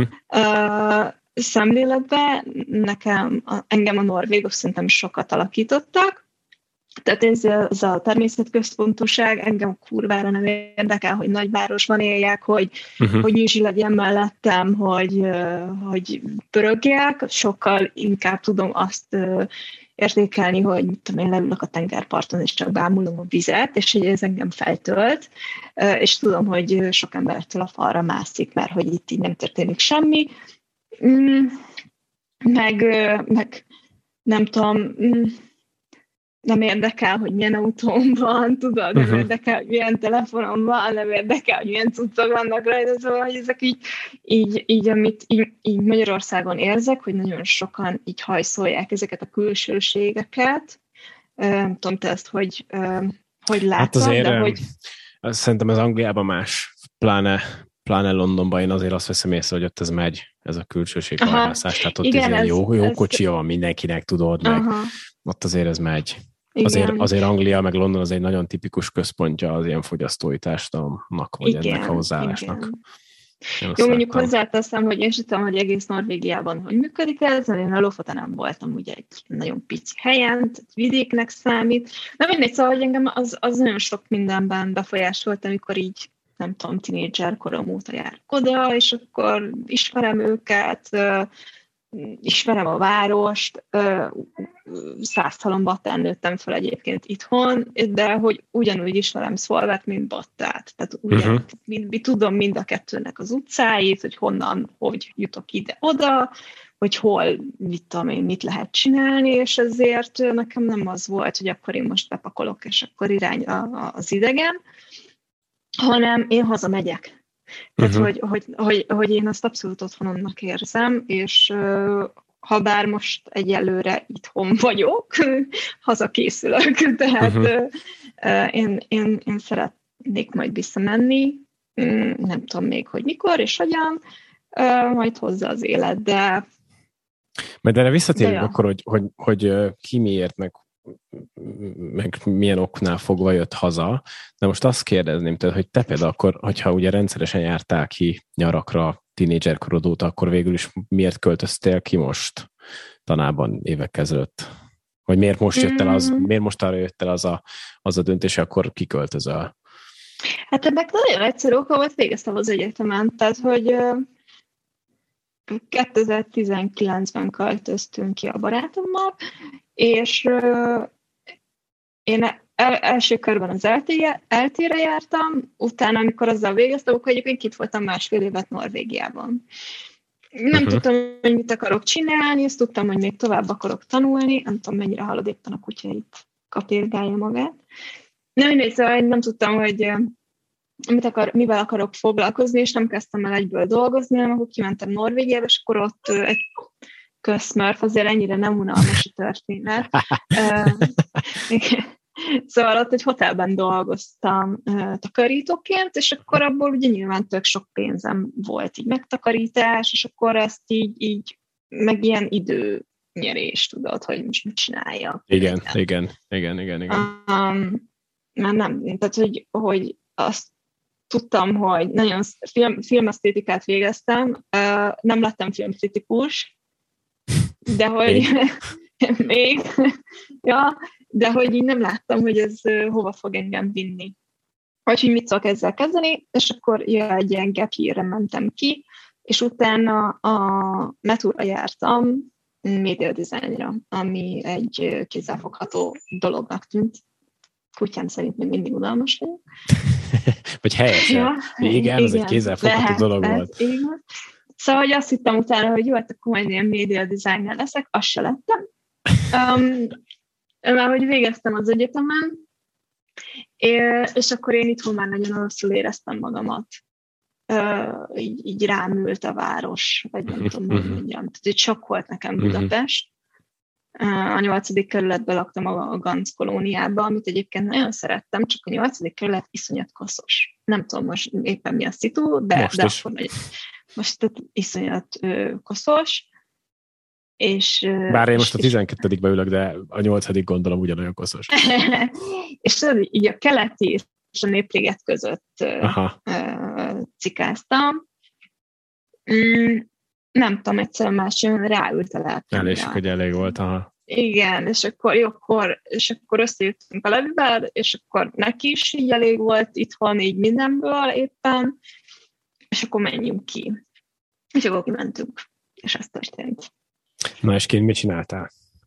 Szemléletben engem a norvégok szerintem sokat alakítottak, tehát ez a természetközpontúság engem kurvára nem érdekel, hogy nagyvárosban éljek, hogy nyüzsi legyen mellettem, hogy pörögjek, sokkal inkább tudom azt értékelni, hogy én leülök a tengerparton, és csak bámulom a vizet, és hogy ez engem feltölt, és tudom, hogy sok embertől a falra mászik, mert hogy itt így nem történik semmi. Meg nem tudom, nem érdekel, hogy milyen autóm van, tudod, nem érdekel, hogy milyen telefonom van, nem érdekel, hogy milyen cuccok vannak rajta, szóval, hogy ezek így amit így Magyarországon érzek, hogy nagyon sokan így hajszolják ezeket a külsőségeket. Nem tudom, te ezt hogy látod, hát azért, de hogy... Szerintem ez Angliában más, pláne Londonban én azért azt veszem észre, hogy ott ez megy, ez a külsőséghajlászás, tehát ott igen, jó kocsia van mindenkinek, tudod, meg ott azért ez megy. Azért Anglia meg London az egy nagyon tipikus központja az ilyen fogyasztói társadalomnak, vagy ennek a hozzáállásnak. Jó, mondjuk hozzáteszem, hogy én sem tudom, hogy egész Norvégiában hogy működik ez, én a Lofoten nem voltam ugye egy nagyon pici helyen, tehát vidéknek számít. De mindegy, szóval, hogy engem az nagyon sok mindenben befolyásolt, amikor így nem tudom, tínédzser korom óta járok oda, és akkor ismerem őket, ismerem a várost, Szászhalombattán nőttem fel egyébként itthon, de hogy ugyanúgy ismerem Szolvát, mint Battát. Tehát tudom mind a kettőnek az utcáit, hogy honnan, hogy jutok ide-oda, hogy hol, mit lehet csinálni, és ezért nekem nem az volt, hogy akkor én most bepakolok, és akkor irány az idegen, hanem én hazamegyek. Tehát, hogy én azt abszolút otthonomnak érzem, és habár most egyelőre itthon vagyok, hazakészülök, tehát én szeretnék majd visszamenni, nem tudom még, hogy mikor és hogyan, majd hozzá az élet, de... Majd erre visszatérünk akkor, hogy ki miért, meg milyen oknál fogva jött haza, de most azt kérdezném tőled, hogy te például akkor, hogyha ugye rendszeresen jártál ki nyarakra tínédzserkorod óta, akkor végül is miért költöztél ki most tanában évekkel ezelőtt? Vagy miért most jött el miért most arra jött el az a döntés, akkor kiköltözöl? Hát ennek nagyon egyszerű oka volt, végeztem az egyetemen, tehát hogy 2019-ben költöztünk ki a barátommal, és én első körben az LT-re jártam, utána, amikor azzal végeztem, akkor egyébként kint voltam 1,5 évet Norvégiában. Nem tudtam, hogy mit akarok csinálni, azt tudtam, hogy még tovább akarok tanulni, nem tudom, mennyire hallod, éppen a kutya itt kapirgálja magát. Szóval nem tudtam, hogy mivel akarok foglalkozni, és nem kezdtem el egyből dolgozni, hanem akkor kimentem Norvégiába, és akkor ott egy közmörf, azért ennyire nem unalmas a történet. Szóval ott egy hotelben dolgoztam takarítóként, és akkor abból ugye nyilván tök sok pénzem volt így megtakarítás, és akkor ezt így meg ilyen időnyerés, tudod, hogy most mit csináljak. Igen. Mert nem, tehát hogy azt tudtam, hogy nagyon filmesztétikát végeztem, nem lettem filmkritikus, de hogy még ja, de hogy így nem láttam, hogy ez hova fog engem vinni. Vagy hogy mit tudok ezzel kezdeni, és akkor egy ilyen gap year-re mentem ki, és utána a Metura jártam média designra, ami egy kézzelfogható dolognak tűnt. Kutyám szerint még mindig unalmas vagyok. Vagy helyes. Ja, igen, ez egy kézzelfogható dolog volt. Igen. Szóval, hogy azt hittem utána, hogy jó, hát akkor majd ilyen média designer leszek, azt se lettem. Mert hogy végeztem az egyetemen, és akkor én itthon már nagyon rosszul éreztem magamat. Így rám ült a város, vagy nem tudom, hogy mondjam. Tehát így sok volt nekem Budapest. A 8. kerületben laktam a Ganz kolóniában, amit egyébként nagyon szerettem, csak a 8. kerület iszonyat koszos. Nem tudom most éppen mi a szitu, de akkor most iszonyat koszos. És, bár én most a 12-ben ülök, de a 8. gondolom ugyanolyan koszos. És így a keleti és a Népréget között cikáztam. Nem tudom, egyszerűen másodjára ráült a lelkem. És hogy elég volt. Igen, és akkor összejöttünk a Levivel, és akkor neki is így elég volt itthon, így mindenből éppen, és akkor menjünk ki. És akkor kimentünk, és ez történt. Na, és mit csináltál?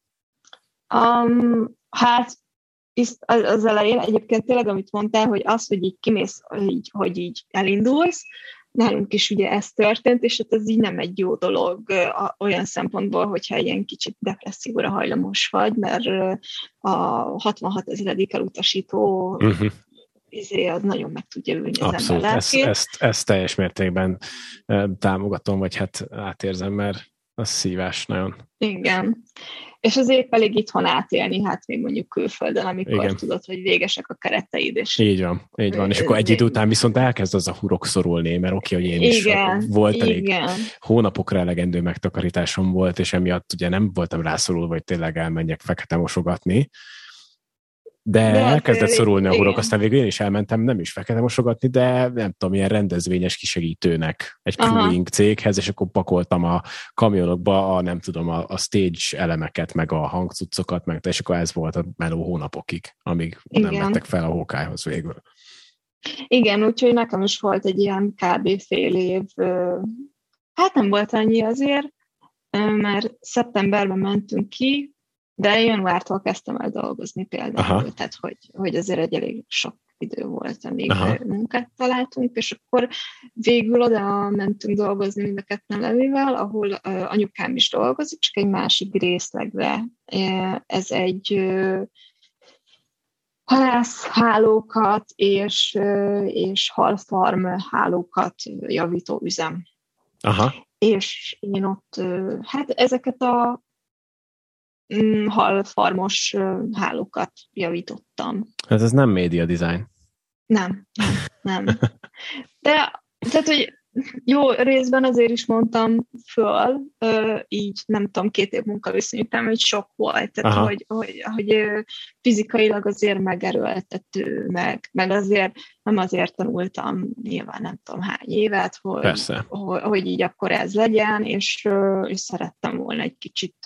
Hát, az elején egyébként tényleg, amit mondtál, hogy az, hogy így kimész, hogy így elindulsz, nálunk is ugye ez történt, és ez így nem egy jó dolog olyan szempontból, hogyha ilyen kicsit depresszióra hajlamos vagy, mert a 66 000 elutasító az nagyon meg tudja ülni az ember lelkét. Ezt teljes mértékben támogatom, vagy hát átérzem, mert az szívás nagyon. Igen. És azért elég itthon átélni, hát még mondjuk külföldön, amikor tudod, hogy végesek a kereteid. És így van. És akkor egy idő után viszont elkezd az a hurok szorulni, mert oké, hogy én is volt elég hónapokra elegendő megtakarításom volt, és emiatt ugye nem voltam rászorulva, hogy tényleg elmenjek fekete mosogatni. De elkezdett szorulni a hurok, aztán végül én is elmentem nem is fekete mosogatni, de nem tudom, ilyen rendezvényes kisegítőnek egy crewing céghez, és akkor pakoltam a kamionokba nem tudom, a stage elemeket, meg a hangcuccokat, meg és akkor ez volt a meló hónapokig, amíg nem lettek fel a Hawkeye-hoz végül. Igen, úgyhogy nekem is volt egy ilyen kb. Fél év, hát nem volt annyi azért, mert szeptemberben mentünk ki, de januártól kezdtem el dolgozni például, tehát hogy azért egy elég sok idő volt, amíg munkát találtunk, és akkor végül oda mentünk dolgozni mind a ketten Levivel, ahol anyukám is dolgozik, csak egy másik részlegbe. Ez egy halászhálókat és halfarm hálókat javító üzem. Aha. És én ott hát ezeket a halfarmos hálókat javítottam. Hát ez nem média design. Nem. De, tehát, hogy jó, részben azért is mondtam föl, így nem tudom, 2 év munkaviszony után, hogy sok volt, tehát hogy fizikailag azért megerőltető, meg azért nem azért tanultam nyilván nem tudom hány évet, hogy így akkor ez legyen, és szerettem volna egy kicsit.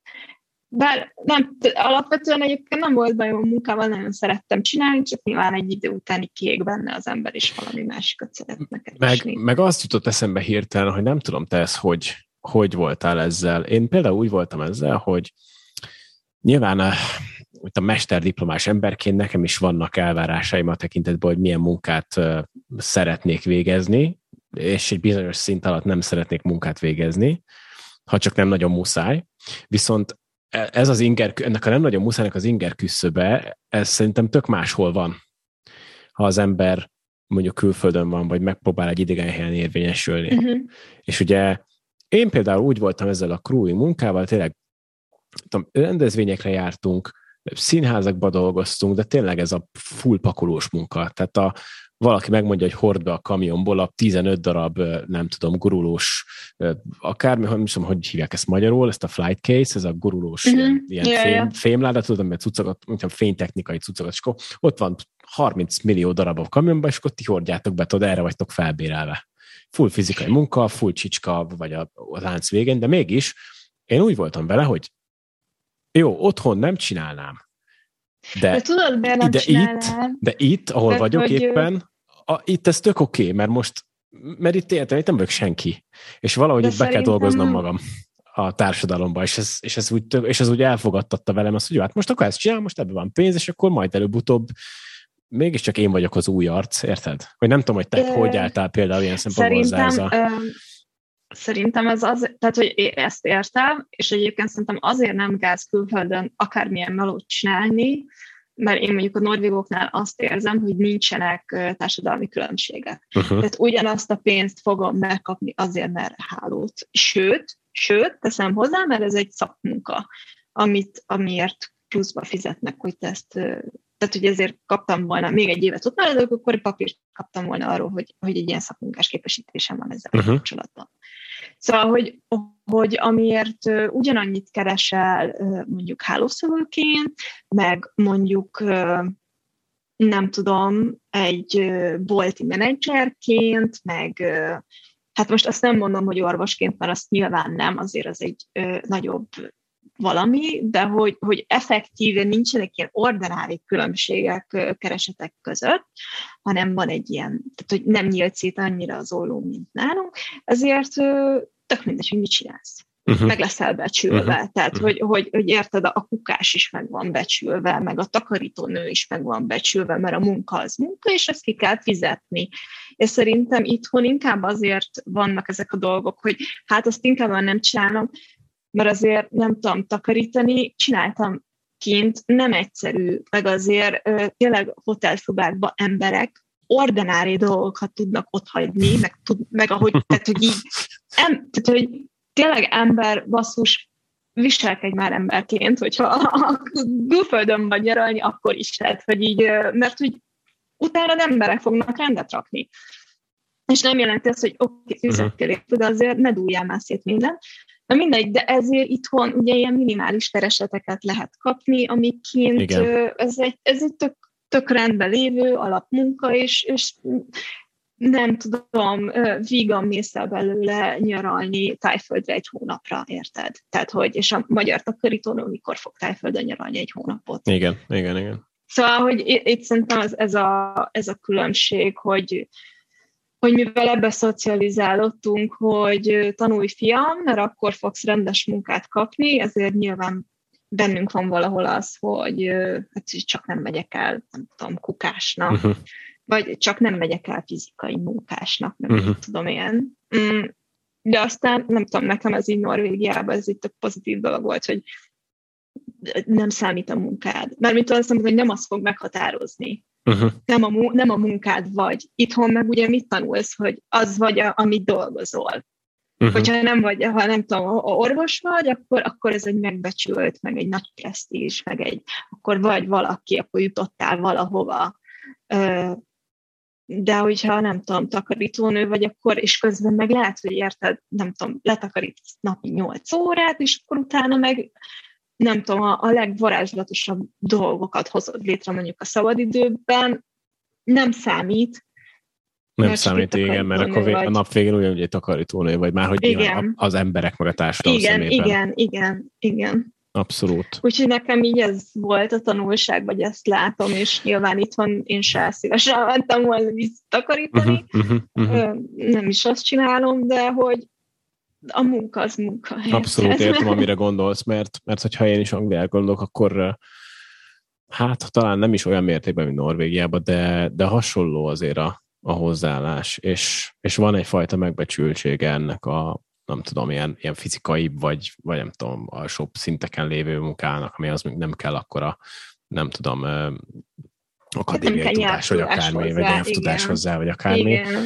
Bár nem, alapvetően egyébként nem volt bajom a munkával, nagyon szerettem csinálni, csak nyilván egy idő utáni kiég benne az ember, és valami másikat szeretne keresni. Meg azt jutott eszembe hirtelen, hogy nem tudom, te ez hogy voltál ezzel. Én például úgy voltam ezzel, hogy nyilván a mesterdiplomás emberként nekem is vannak elvárásaim a tekintetben, hogy milyen munkát szeretnék végezni, és egy bizonyos szint alatt nem szeretnék munkát végezni, ha csak nem nagyon muszáj. Viszont ez az ennek a nem nagyon muszájnak az inger küszöbe, ez szerintem tök máshol van, ha az ember mondjuk külföldön van, vagy megpróbál egy idegen helyen érvényesülni. Uh-huh. És ugye én például úgy voltam ezzel a crew-i munkával, tényleg rendezvényekre jártunk, színházakba dolgoztunk, de tényleg ez a full pakolós munka. Tehát valaki megmondja, hogy hord be a kamionból a 15 darab, nem tudom, gurulós, akármi, nem tudom, hogy hívják ezt magyarul, ezt a flight case, ez a gurulós ilyen fémláda, tudom, mert cuccokat, mint fénytechnikai cuccokat, és akkor ott van 30 millió darab a kamionban, és akkor ti hordjátok be, tudod, erre vagytok felbérelve. Full fizikai munka, full csicska, vagy a lánc végén, de mégis én úgy voltam vele, hogy jó, otthon nem csinálnám. De tudod, miért nem csinálnám? De itt, ahol tehát, vagyok éppen, itt ez tök oké, mert itt értem, itt nem vagyok senki. És valahogy itt be kell dolgoznom magam a társadalomba, és ez úgy elfogadtatta velem azt, hogy jó, hát most akkor ezt csinálom, most ebben van pénz, és akkor majd előbb-utóbb mégiscsak én vagyok az új arc, érted? Hogy nem tudom, hogy te hogy álltál például ilyen szempontból Szerintem ez az, tehát, hogy én ezt értem, és egyébként szerintem azért nem gáz külföldön akármilyen melót csinálni, mert én mondjuk a norvégoknál azt érzem, hogy nincsenek társadalmi különbségek. Uh-huh. Tehát ugyanazt a pénzt fogom megkapni azért, mert hálót. Sőt, teszem hozzá, mert ez egy szakmunka, amiért pluszba fizetnek, hogy ezt... Tehát, hogy ezért kaptam volna még egy évet ott, mert akkor papírt kaptam volna arról, hogy egy ilyen szakmunkás képesítésem van ezzel kapcsolatban. Szóval, hogy amiért ugyanannyit keresel mondjuk hálószövőként, meg mondjuk nem tudom, egy bolti menedzserként, meg hát most azt nem mondom, hogy orvosként, mert azt nyilván nem, azért az egy nagyobb valami, de hogy effektíven nincsenek ilyen ordinári különbségek keresetek között, hanem van egy ilyen, tehát hogy nem nyílt szét annyira az olló, mint nálunk, ezért tök mindegy, hogy mit csinálsz. Uh-huh. Meg leszel becsülve. Uh-huh. Tehát, hogy érted, a kukás is meg van becsülve, meg a takarítónő is meg van becsülve, mert a munka az munka, és ezt ki kell fizetni. És szerintem itthon inkább azért vannak ezek a dolgok, hogy hát azt inkább nem csinálom, mert azért nem tudom takarítani, csináltam kint, nem egyszerű, meg azért tényleg hotelszobákban emberek ordinári dolgokat tudnak otthagyni, meg ahogy, tehát, hogy így, tehát, hogy tényleg ember, basszus, viselkedj már emberként, hogyha külföldön vagy nyaralni, akkor is lehet, hogy így, mert hogy utána emberek fognak rendet rakni. És nem jelenti azt, hogy oké, fizettél érte, de azért ne dúljál már szét minden. Na mindegy, de ezért itthon ugye ilyen minimális kereseteket lehet kapni, ami kint, ez egy tök rendben lévő alapmunka, és nem tudom, vígan mész el belőle nyaralni Tájföldre egy hónapra, érted? Tehát, hogy, és a magyar takarítónő mikor fog Tájföldön nyaralni egy hónapot? Igen. Szóval, hogy itt szerintem ez a különbség, hogy mivel ebbe szocializálódtunk, hogy tanulj fiam, mert akkor fogsz rendes munkát kapni, ezért nyilván bennünk van valahol az, hogy hát csak nem megyek el, nem tudom, kukásnak, vagy csak nem megyek el fizikai munkásnak, nem tudom én. De aztán, nem tudom, nekem ez így Norvégiában, ez így tök pozitív dolog volt, hogy nem számít a munkád. Mármint azt mondom, hogy nem azt fog meghatározni. Nem a munkád vagy. Itthon meg ugye mit tanulsz, hogy az vagy, amit dolgozol. Hogyha nem vagy, ha nem tudom, orvos vagy, akkor ez egy megbecsült, meg egy nagy presztízs, akkor vagy valaki, akkor jutottál valahova. De hogyha nem tudom, takarítónő vagy, akkor, és közben meg lehet, hogy érted, nem tudom, letakarítsz napi 8 órát, és akkor utána meg nem tudom, a legvarázslatosabb dolgokat hozod létre mondjuk a szabadidőben, nem számít. Nem számít, igen, mert akkor a nap végén ugyanúgy egy takarítónő vagy, már hogy nyilván az emberek meg a társadalom szemében. Igen. Abszolút. Úgyhogy nekem így ez volt a tanulság, vagy ezt látom, és nyilván itthon én se szívesen mentem volna visszatakarítani. Nem is azt csinálom, de hogy a munka az munka. Abszolút értem, amire gondolsz, mert hogyha én is Angliára gondolok, akkor hát talán nem is olyan mértékben, mint Norvégiában, de hasonló azért a hozzáállás, és van egyfajta megbecsültsége ennek a nem tudom, ilyen fizikai, vagy nem tudom, alsóbb szinteken lévő munkának, ami az még nem kell akkora, nem tudom, akadémiai tudás, vagy akármi, vagy nyelvtudás hozzá, vagy akármi. Igen.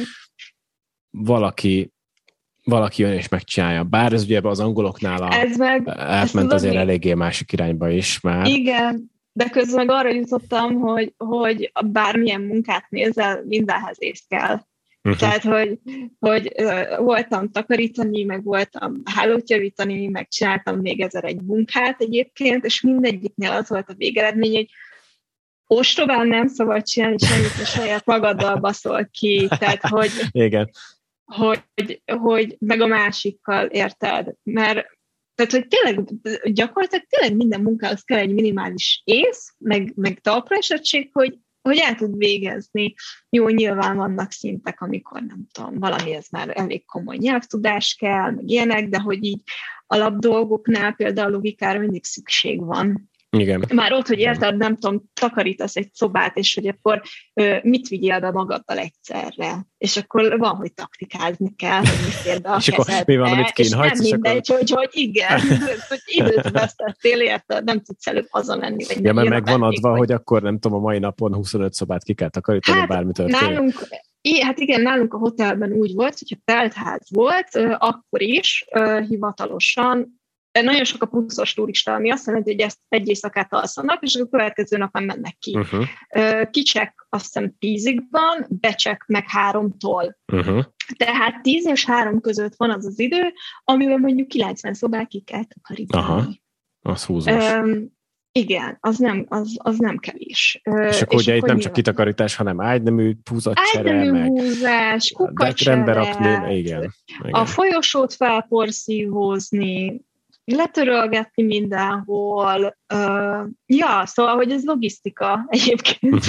Valaki jön és megcsinálja. Bár ez ugye az angoloknál átment azért eléggé másik irányba is már. Igen, de közben meg arra jutottam, hogy bármilyen munkát nézel, mindenhez ész kell. Tehát, hogy voltam takarítani, meg voltam hálót javítani, meg csináltam még egy munkát egyébként, és mindegyiknél az volt a végeredmény, hogy ostobán nem szabad csinálni semmit, a saját magaddal baszol ki. Tehát, hogy, igen. Hogy meg a másikkal érted. Mert tehát, hogy tényleg, gyakorlatilag tényleg minden munkához kell egy minimális ész, meg talpraesettség, hogy el tud végezni. Jó, nyilván vannak szintek, amikor nem tudom, valamihez már elég komoly nyelvtudás kell, meg ilyenek, de hogy így alapdolgoknál például a logikára mindig szükség van. Igen. Már ott, hogy érted, nem tudom, takarítasz egy szobát, és hogy akkor mit vigyél be magaddal egyszerre. És akkor van, hogy taktikázni kell, hogy mit fér be a és kezedbe. Akkor mi van, amit kínhagysz? És nem mindegy, hogy igen, hogy időt vesztettél, érted, nem tudsz előbb hazamenni. Vagy ja, mert meg van adva, hogy akkor nem tudom, a mai napon 25 szobát ki kell takarítani, hát, bármi történik. Hát igen, nálunk a hotelben úgy volt, hogyha teltház volt, akkor is hivatalosan nagyon sok a pluszos turista, ami azt jelenti, hogy ezt egy éjszakát alszanak, és a következő napon mennek ki. Kicsek azt hiszem 10-ig van, becsek meg 3-tól. Tehát 10 és 3 között van az az idő, amiben mondjuk 90 szobát ki kell takarítani. Aha, az húzós. Igen, az nem kevés. És akkor ugye itt nem csak kitakarítás, hanem ágynemű húzatcsere, ágynemű húzás, kukacsere, igen. A folyosót felporszívózni, letörölgetni mindenhol. Szóval, hogy ez logisztika egyébként.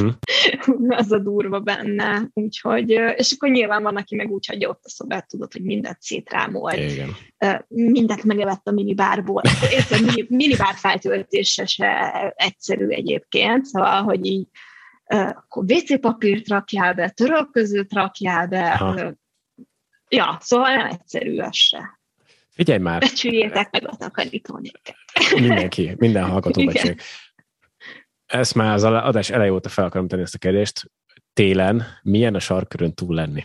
Az a durva benne. Úgyhogy, és akkor nyilván van, aki meg úgy hagyja ott a szobát, tudod, hogy mindent szétrámolt. Mindent megevett a minibárból. Érted, minibár feltöltése se egyszerű egyébként. Szóval, hogy így akkor WC papírt rakjál be, törölközőt rakjál be. Szóval nem egyszerű az se. Figyelj már! Becsüljétek meg a takarítónéket. Mindenki, minden hallgató becsüljék. Ezt már az adás elejé óta fel akarom tenni ezt a kérdést. Télen milyen a sarkkörön túl lenni?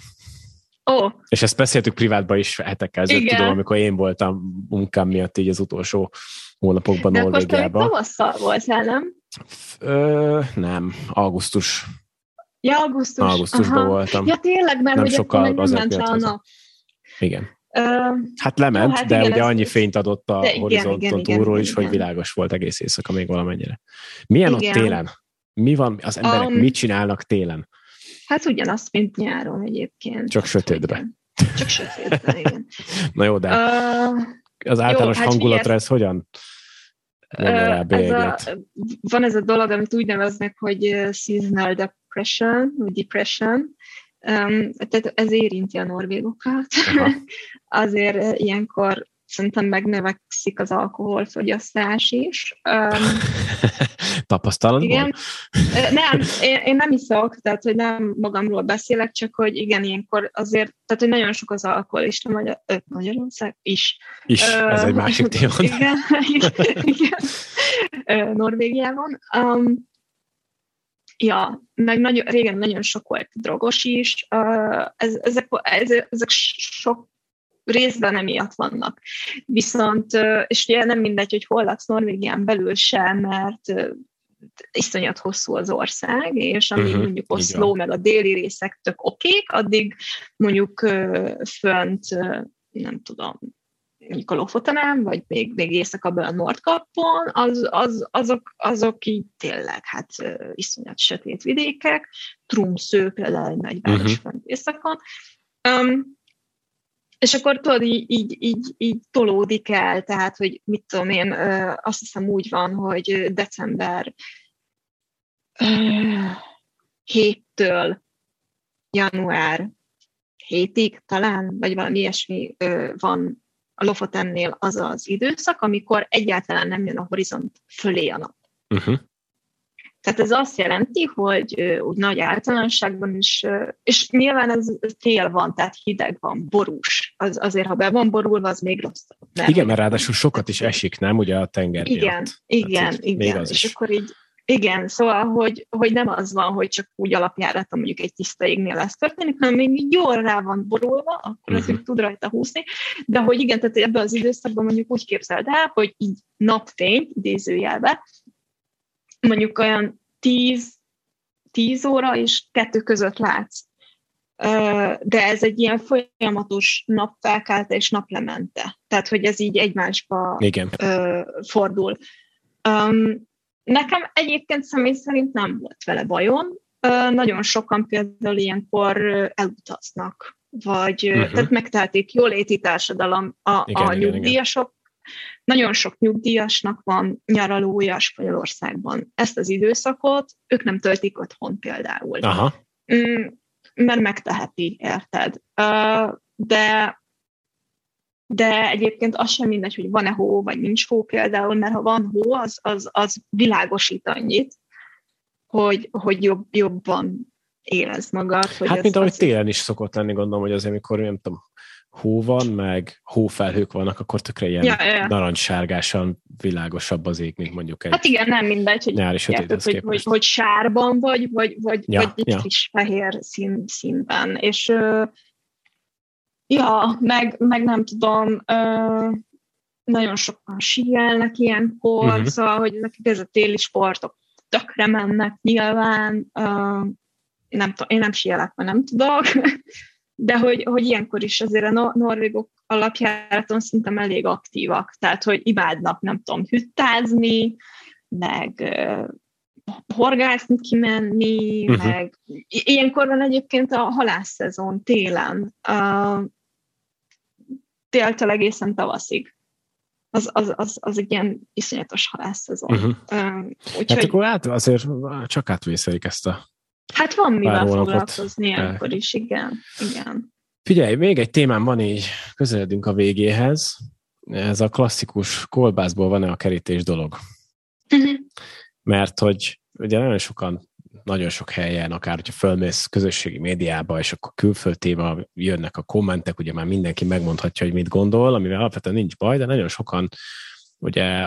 És ezt beszéltük privátban is hetekkel ezelőtt, tudom, amikor én voltam munkám miatt így az utolsó hónapokban Norvégiában. De akkor tavasszal voltál, nem? Nem, augusztus. Ja, augusztus. Augusztusban voltam. Ja, tényleg, mert nem hogy sokkal akkor nem ment rá a nap. Igen. Hát lement, jó, de igen, ugye annyi fényt adott a horizonton túlról is, hogy világos volt egész éjszaka még valamennyire. Milyen ott télen? Mi van, az emberek mit csinálnak télen? Hát ugyanazt, mint nyáron egyébként. Csak sötétbe. Csak sötétbe, igen. Na jó, de az általános hangulatra ez hogyan? Van ez a dolog, amit úgy neveznek, hogy seasonal depression, vagy depression. Tehát ez érinti a norvégokat. Azért ilyenkor szerintem megnövekszik az alkoholfogyasztás is. Tapasztalatból? Igen. Nem, én nem iszok, tehát hogy nem magamról beszélek, csak hogy igen, ilyenkor azért, tehát hogy nagyon sok az alkoholista Magyarország is. Ez egy másik téma. Igen. Norvégiában. Meg régen nagyon sok volt drogos is. Ezek részben emiatt vannak. Viszont, és ugye nem mindegy, hogy hol laksz Norvégián belül sem, mert iszonyat hosszú az ország, és amíg mondjuk Oszló meg a déli részek tök okék, addig mondjuk fönt, nem tudom, mondjuk a Lofotenán, vagy még éjszakabbban a Nordkappon, azok így tényleg, hát iszonyat sötét vidékek, Tromsø például egy nagyváros fönt északon, és akkor tudod, így tolódik el, tehát, hogy mit tudom én, azt hiszem úgy van, hogy december 7-től január 7-ig talán, vagy valami ilyesmi van a Lofotennél az az időszak, amikor egyáltalán nem jön a horizont fölé a nap. Tehát ez azt jelenti, hogy úgy nagy általánosságban is, és nyilván ez tél van, tehát hideg van, borús. Azért, ha be van borulva, az még rosszabb. Igen, mert ráadásul sokat is esik, nem? Ugye a tenger miatt. Igen. És akkor így, igen, szóval, hogy nem az van, hogy csak úgy alapjáraton mondjuk egy tiszta égnél ez történik, hanem még jól rá van borulva, akkor azért tud rajta húszni, de hogy igen, tehát ebben az időszakban mondjuk úgy képzeld el, hogy így napfény, idézőjelbe, mondjuk olyan 10 óra és 2 között látsz. De ez egy ilyen folyamatos napfelkelte és naplemente. Tehát, hogy ez így egymásba fordul. Nekem egyébként személy szerint nem volt vele bajom. Nagyon sokan például ilyenkor elutaznak, vagy tehát megtehetik jóléti társadalom a nyugdíjasok. Nagyon sok nyugdíjasnak van nyaralója Spanyolországban. Ezt az időszakot ők nem töltik otthon például. Mert megteheti, érted? De egyébként az sem mindegy, hogy van-e hó, vagy nincs hó például, mert ha van hó, az világosít annyit, hogy jobban érezd magad. Hogy hát mint ahogy télen is szokott lenni, gondolom, hogy azért, amikor nem tudom, hó van, meg hófelhők vannak, akkor tökre ilyen narancssárgásan világosabb az ég, mint mondjuk egy hát igen, nem mindegy, hogy nyári sötéthez képest. Hogy sárban vagy egy kis fehér színben. És meg nem tudom, nagyon sokan síelnek ilyenkor, szóval, hogy nekik ez a téli sportok tökre mennek nyilván. Nem tudom, én nem síelek, mert nem tudok, de hogy ilyenkor is azért a norvégok alapjáraton szerintem elég aktívak, tehát hogy imádnak, nem tudom, hüttázni, meg horgászni kimenni, meg ilyenkor van egyébként a halásszezon télen, téltől egészen tavaszig. Az egy ilyen iszonyatos halásszezon. Hát akkor azért csak átvészelik ezt a hát van mivel foglalkozni ilyenkor is, igen. Figyelj, még egy témám van, így közeledünk a végéhez. Ez a klasszikus kolbászból van-e a kerítés dolog. Mert hogy ugye nagyon sok helyen, akár hogyha fölmész közösségi médiába, és akkor külföld téma jönnek a kommentek, ugye már mindenki megmondhatja, hogy mit gondol, amivel alapvetően nincs baj, de nagyon sokan ugye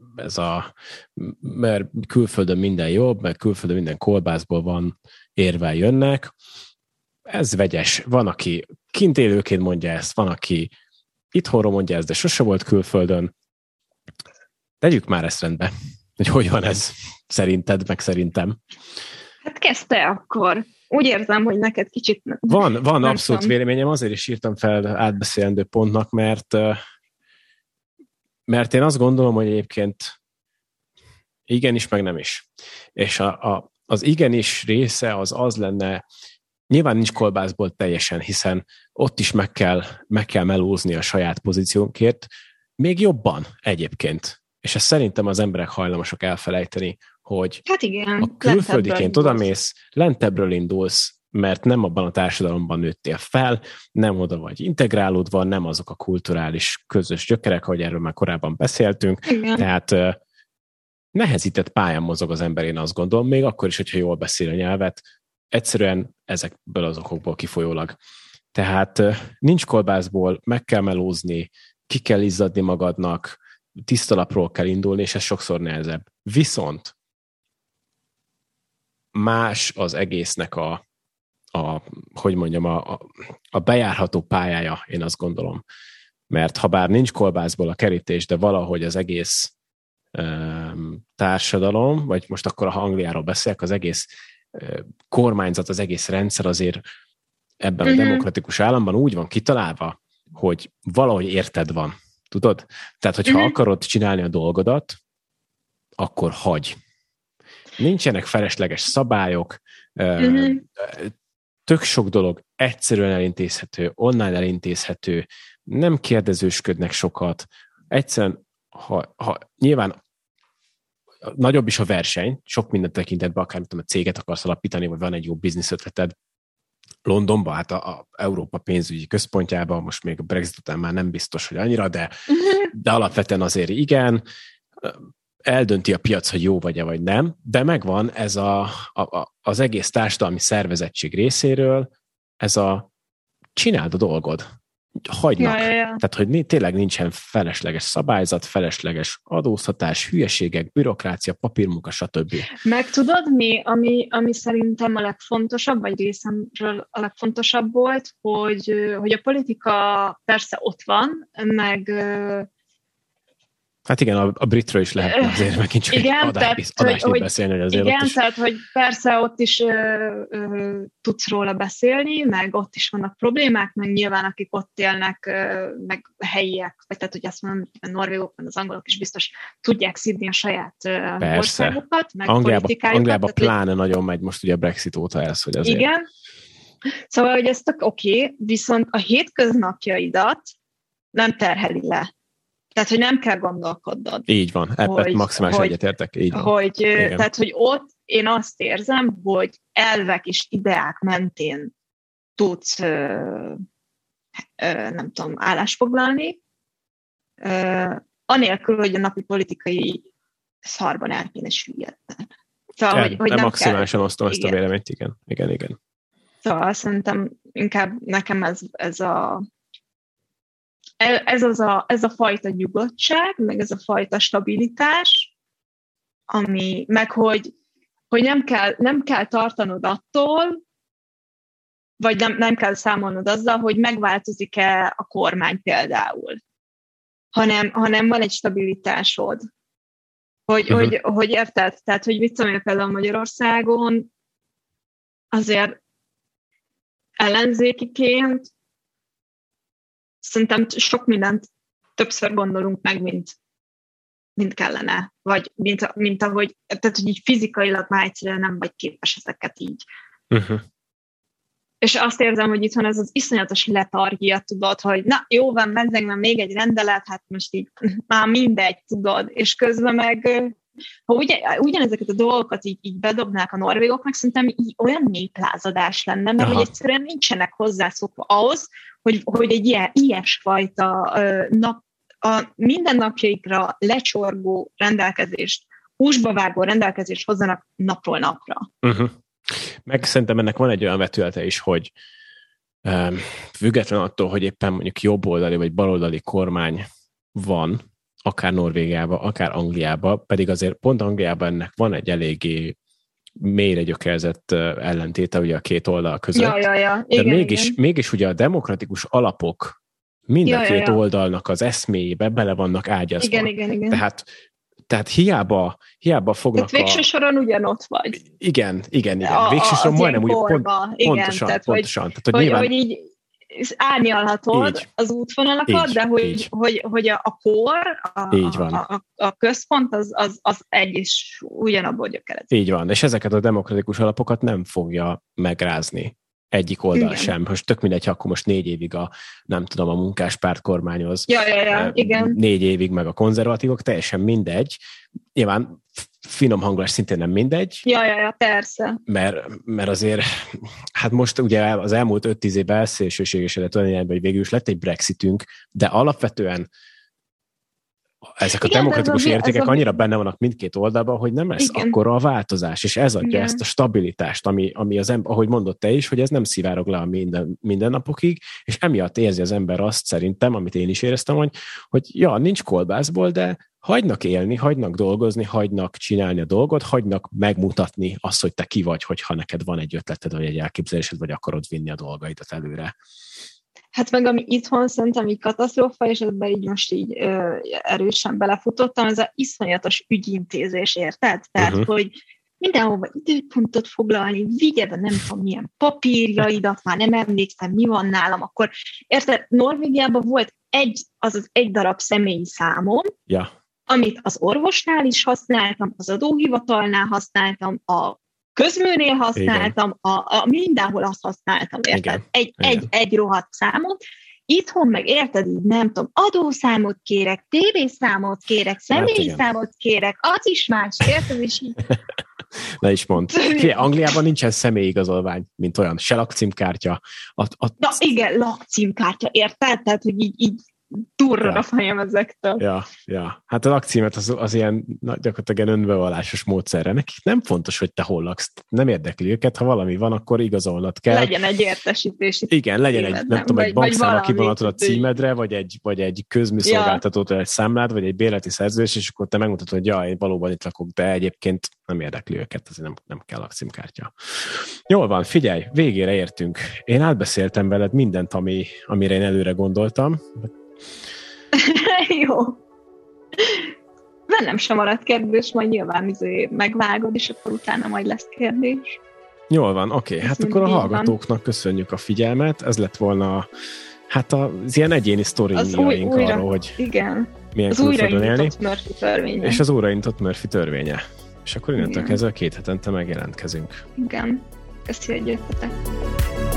mert külföldön minden jobb, mert külföldön minden kolbászból van érvel jönnek. Ez vegyes. Van, aki kint élőként mondja ezt, van, aki itthonról mondja ezt, de sose volt külföldön. Tegyük már ezt rendbe, hogy van ez szerinted, meg szerintem. Hát kezdte akkor. Úgy érzem, hogy neked kicsit... Van abszolút véleményem, azért is írtam fel átbeszélendő pontnak, mert én azt gondolom, hogy egyébként igenis, meg nem is. És az igenis része az lenne, nyilván nincs kolbászból teljesen, hiszen ott is meg kell melózni a saját pozíciónkért, még jobban egyébként. És ezt szerintem az emberek hajlamosak elfelejteni, hogy hát igen, a külföldiként odamész, lentebbről indulsz, mert nem abban a társadalomban nőttél fel, nem oda vagy integrálódva, nem azok a kulturális közös gyökerek, ahogy erről már korábban beszéltünk. Igen. Tehát nehezített pályán mozog az ember, én azt gondolom, még akkor is, hogyha jól beszél a nyelvet, egyszerűen ezekből az okokból kifolyólag. Tehát nincs kolbászból, meg kell melózni, ki kell izzadni magadnak, tiszta lapról kell indulni, és ez sokszor nehezebb. Viszont más az egésznek a hogy mondjam, a bejárható pályája, én azt gondolom. Mert ha bár nincs kolbászból a kerítés, de valahogy az egész társadalom, vagy most akkor ha Angliáról beszélek, az egész kormányzat, az egész rendszer azért ebben a demokratikus államban úgy van kitalálva, hogy valahogy érted van. Tudod? Tehát, hogyha akarod csinálni a dolgodat, akkor hagy. Nincsenek felesleges szabályok, tök sok dolog egyszerűen elintézhető, online elintézhető, nem kérdezősködnek sokat. Egyszerűen, ha nyilván nagyobb is a verseny, sok minden tekintetben, akár a céget akarsz alapítani, vagy van egy jó biznisz ötleted, Londonban, hát a Európa pénzügyi központjában, most még a Brexit után már nem biztos, hogy annyira, de alapvetően azért igen, eldönti a piac, hogy jó vagy-e, vagy nem, de megvan ez az egész társadalmi szervezettség részéről, ez a csináld a dolgod, hagynak. Ja. Tehát, hogy tényleg nincsen felesleges szabályzat, felesleges adóztatás, hülyeségek, bürokrácia, papírmunka, stb. Meg tudod mi, ami szerintem a legfontosabb, vagy részemről a legfontosabb volt, hogy a politika persze ott van, meg... Hát igen, a britről is lehetne azért megint csak igen, adásnyit beszélni, hogy azért igen, ott is... tehát, hogy persze ott is tudsz róla beszélni, meg ott is vannak problémák, meg nyilván akik ott élnek, meg helyiek, vagy tehát, hogy azt mondom, a norvégok, az angolok is biztos tudják szídni a saját országokat, meg politikájukat. Angliában pláne nagyon megy most ugye a Brexit óta ez, hogy azért... Igen, szóval, hogy ez tök oké, viszont a hétköznapjaidat nem terheli le. Tehát, hogy nem kell gondolkodnod. Így van, ebben maximálisan egyetértek. Így van. Tehát, hogy ott én azt érzem, hogy elvek és ideák mentén tudsz, nem tudom, állásfoglalni, anélkül, hogy a napi politikai szarban el kéne süllyedned. Szóval, hogy nem maximálisan osztom ezt a véleményt, igen. Szóval szerintem inkább nekem ez a fajta nyugodtság, meg ez a fajta stabilitás, ami, meg hogy nem kell tartanod attól, vagy nem kell számolnod azzal, hogy megváltozik-e a kormány például, hanem van egy stabilitásod. Hogy érted? Tehát, hogy mit tudom én például Magyarországon azért ellenzékiként szerintem sok mindent többször gondolunk meg, mint kellene. Vagy mint ahogy, tehát, hogy így fizikailag már egyszerűen nem vagy képes ezeket így. És azt érzem, hogy itthon ez az iszonyatos letargia, tudod, hogy na, jó van, mezzegben még egy rendelet, hát most így már mindegy, tudod. És közben meg, ha ugyanezeket a dolgokat így bedobnák a norvégoknak, szerintem így olyan néplázadás lenne, mert hogy egyszerűen nincsenek hozzászokva ahhoz, hogy egy ilyesfajta a mindennapjaikra lecsorgó rendelkezést, húsba vágó rendelkezést hozzanak napról napra. Meg szerintem ennek van egy olyan vetülete is, hogy független attól, hogy éppen mondjuk jobboldali vagy baloldali kormány van, akár Norvégiában, akár Angliában, pedig azért pont Angliában ennek van egy eléggé mélyre gyökerzett ellentéte ugye a két oldal között. Ja. Igen, de igen. mégis ugye a demokratikus alapok mind a két oldalnak az eszméjébe bele vannak ágyazva. Igen. Tehát hiába fognak tehát végső soron ugyanott vagy. Igen. Végső soron majdnem úgy pontosan. Tehát, hogy így árnyalhatod az útvonalakat, de hogy a kor, a központ az egy is ugyanabból gyökerezik. Így van, és ezeket a demokratikus alapokat nem fogja megrázni egyik oldal sem. Most tök mindegy, akkor most 4 évig a munkáspárt kormányoz. Igen. 4 évig meg a konzervatívok, teljesen mindegy. Nyilván finom hangolás szintén nem mindegy. Ja, persze. Mert azért, hát most ugye az elmúlt 5-10 évben elszélsőségesedett olyan irányba, hogy végül is lett egy Brexitünk, de alapvetően ezek a demokratikus értékek annyira benne vannak mindkét oldalban, hogy nem lesz akkora a változás, és ez adja ezt a stabilitást, ami az ember, ahogy mondott te is, hogy ez nem szivárog le a mindennapokig, és emiatt érzi az ember azt szerintem, amit én is éreztem, hogy nincs kolbászból, de hagynak élni, hagynak dolgozni, hagynak csinálni a dolgot, hagynak megmutatni azt, hogy te ki vagy, hogyha neked van egy ötleted, vagy egy elképzelésed, vagy akarod vinni a dolgaidat előre. Hát meg ami itthon szerintem így katasztrófa, és ebben így most így erősen belefutottam, ez az iszonyatos ügyintézés, érted? Tehát, hogy mindenhova időpontot foglalni, vigyed a nem tudom milyen papírjaidat, már nem emlékszem, mi van nálam, akkor érted, Norvégiában volt egy darab személyi számom, amit az orvosnál is használtam, az adóhivatalnál használtam, a közműnél használtam, a mindenhol azt használtam, érted? Egy rohadt számot. Itthon meg érted, így nem tudom, adószámot kérek, tévészámot kérek, személyi számot kérek, az is más, érted? És így... Ne is mondd. Angliában nincsen személyigazolvány, mint olyan, se lakcímkártya. Na igen, lakcímkártya, érted? Tehát, hogy így durran a fejem ezektől. Ja. Hát a lakcímet az ilyen gyakorlatilag ilyen önbevallásos módszerre. Nekik nem fontos, hogy te hol laksz. Nem érdekli őket, ha valami van, akkor igazolnod kell. Legyen egy értesítési. Igen, legyen egy, nem tudom, egy bankszám, kivonatod a címedre, vagy egy közműszolgáltatótól egy számlád, vagy egy bérleti szerződés, és akkor te megmutatod, hogy én valóban itt lakok, de egyébként nem érdekli őket, ezért nem kell lakcímkártya. Jól van, figyelj, végére értünk. Én átbeszéltem veled mindent, amire én előre gondoltam. Jó. Bennem sem maradt kérdés, majd nyilván megvágod, és akkor utána majd lesz kérdés. Jól van, oké. Hát akkor a hallgatóknak köszönjük a figyelmet. Ez lett volna hát az ilyen egyéni sztoriaink arról, hogy milyen külföldön élni. És az újraindított Murphy törvénye. És akkor innentől kezdve 2 hetente megjelentkezünk. Igen. Köszi, hogy jöttetek.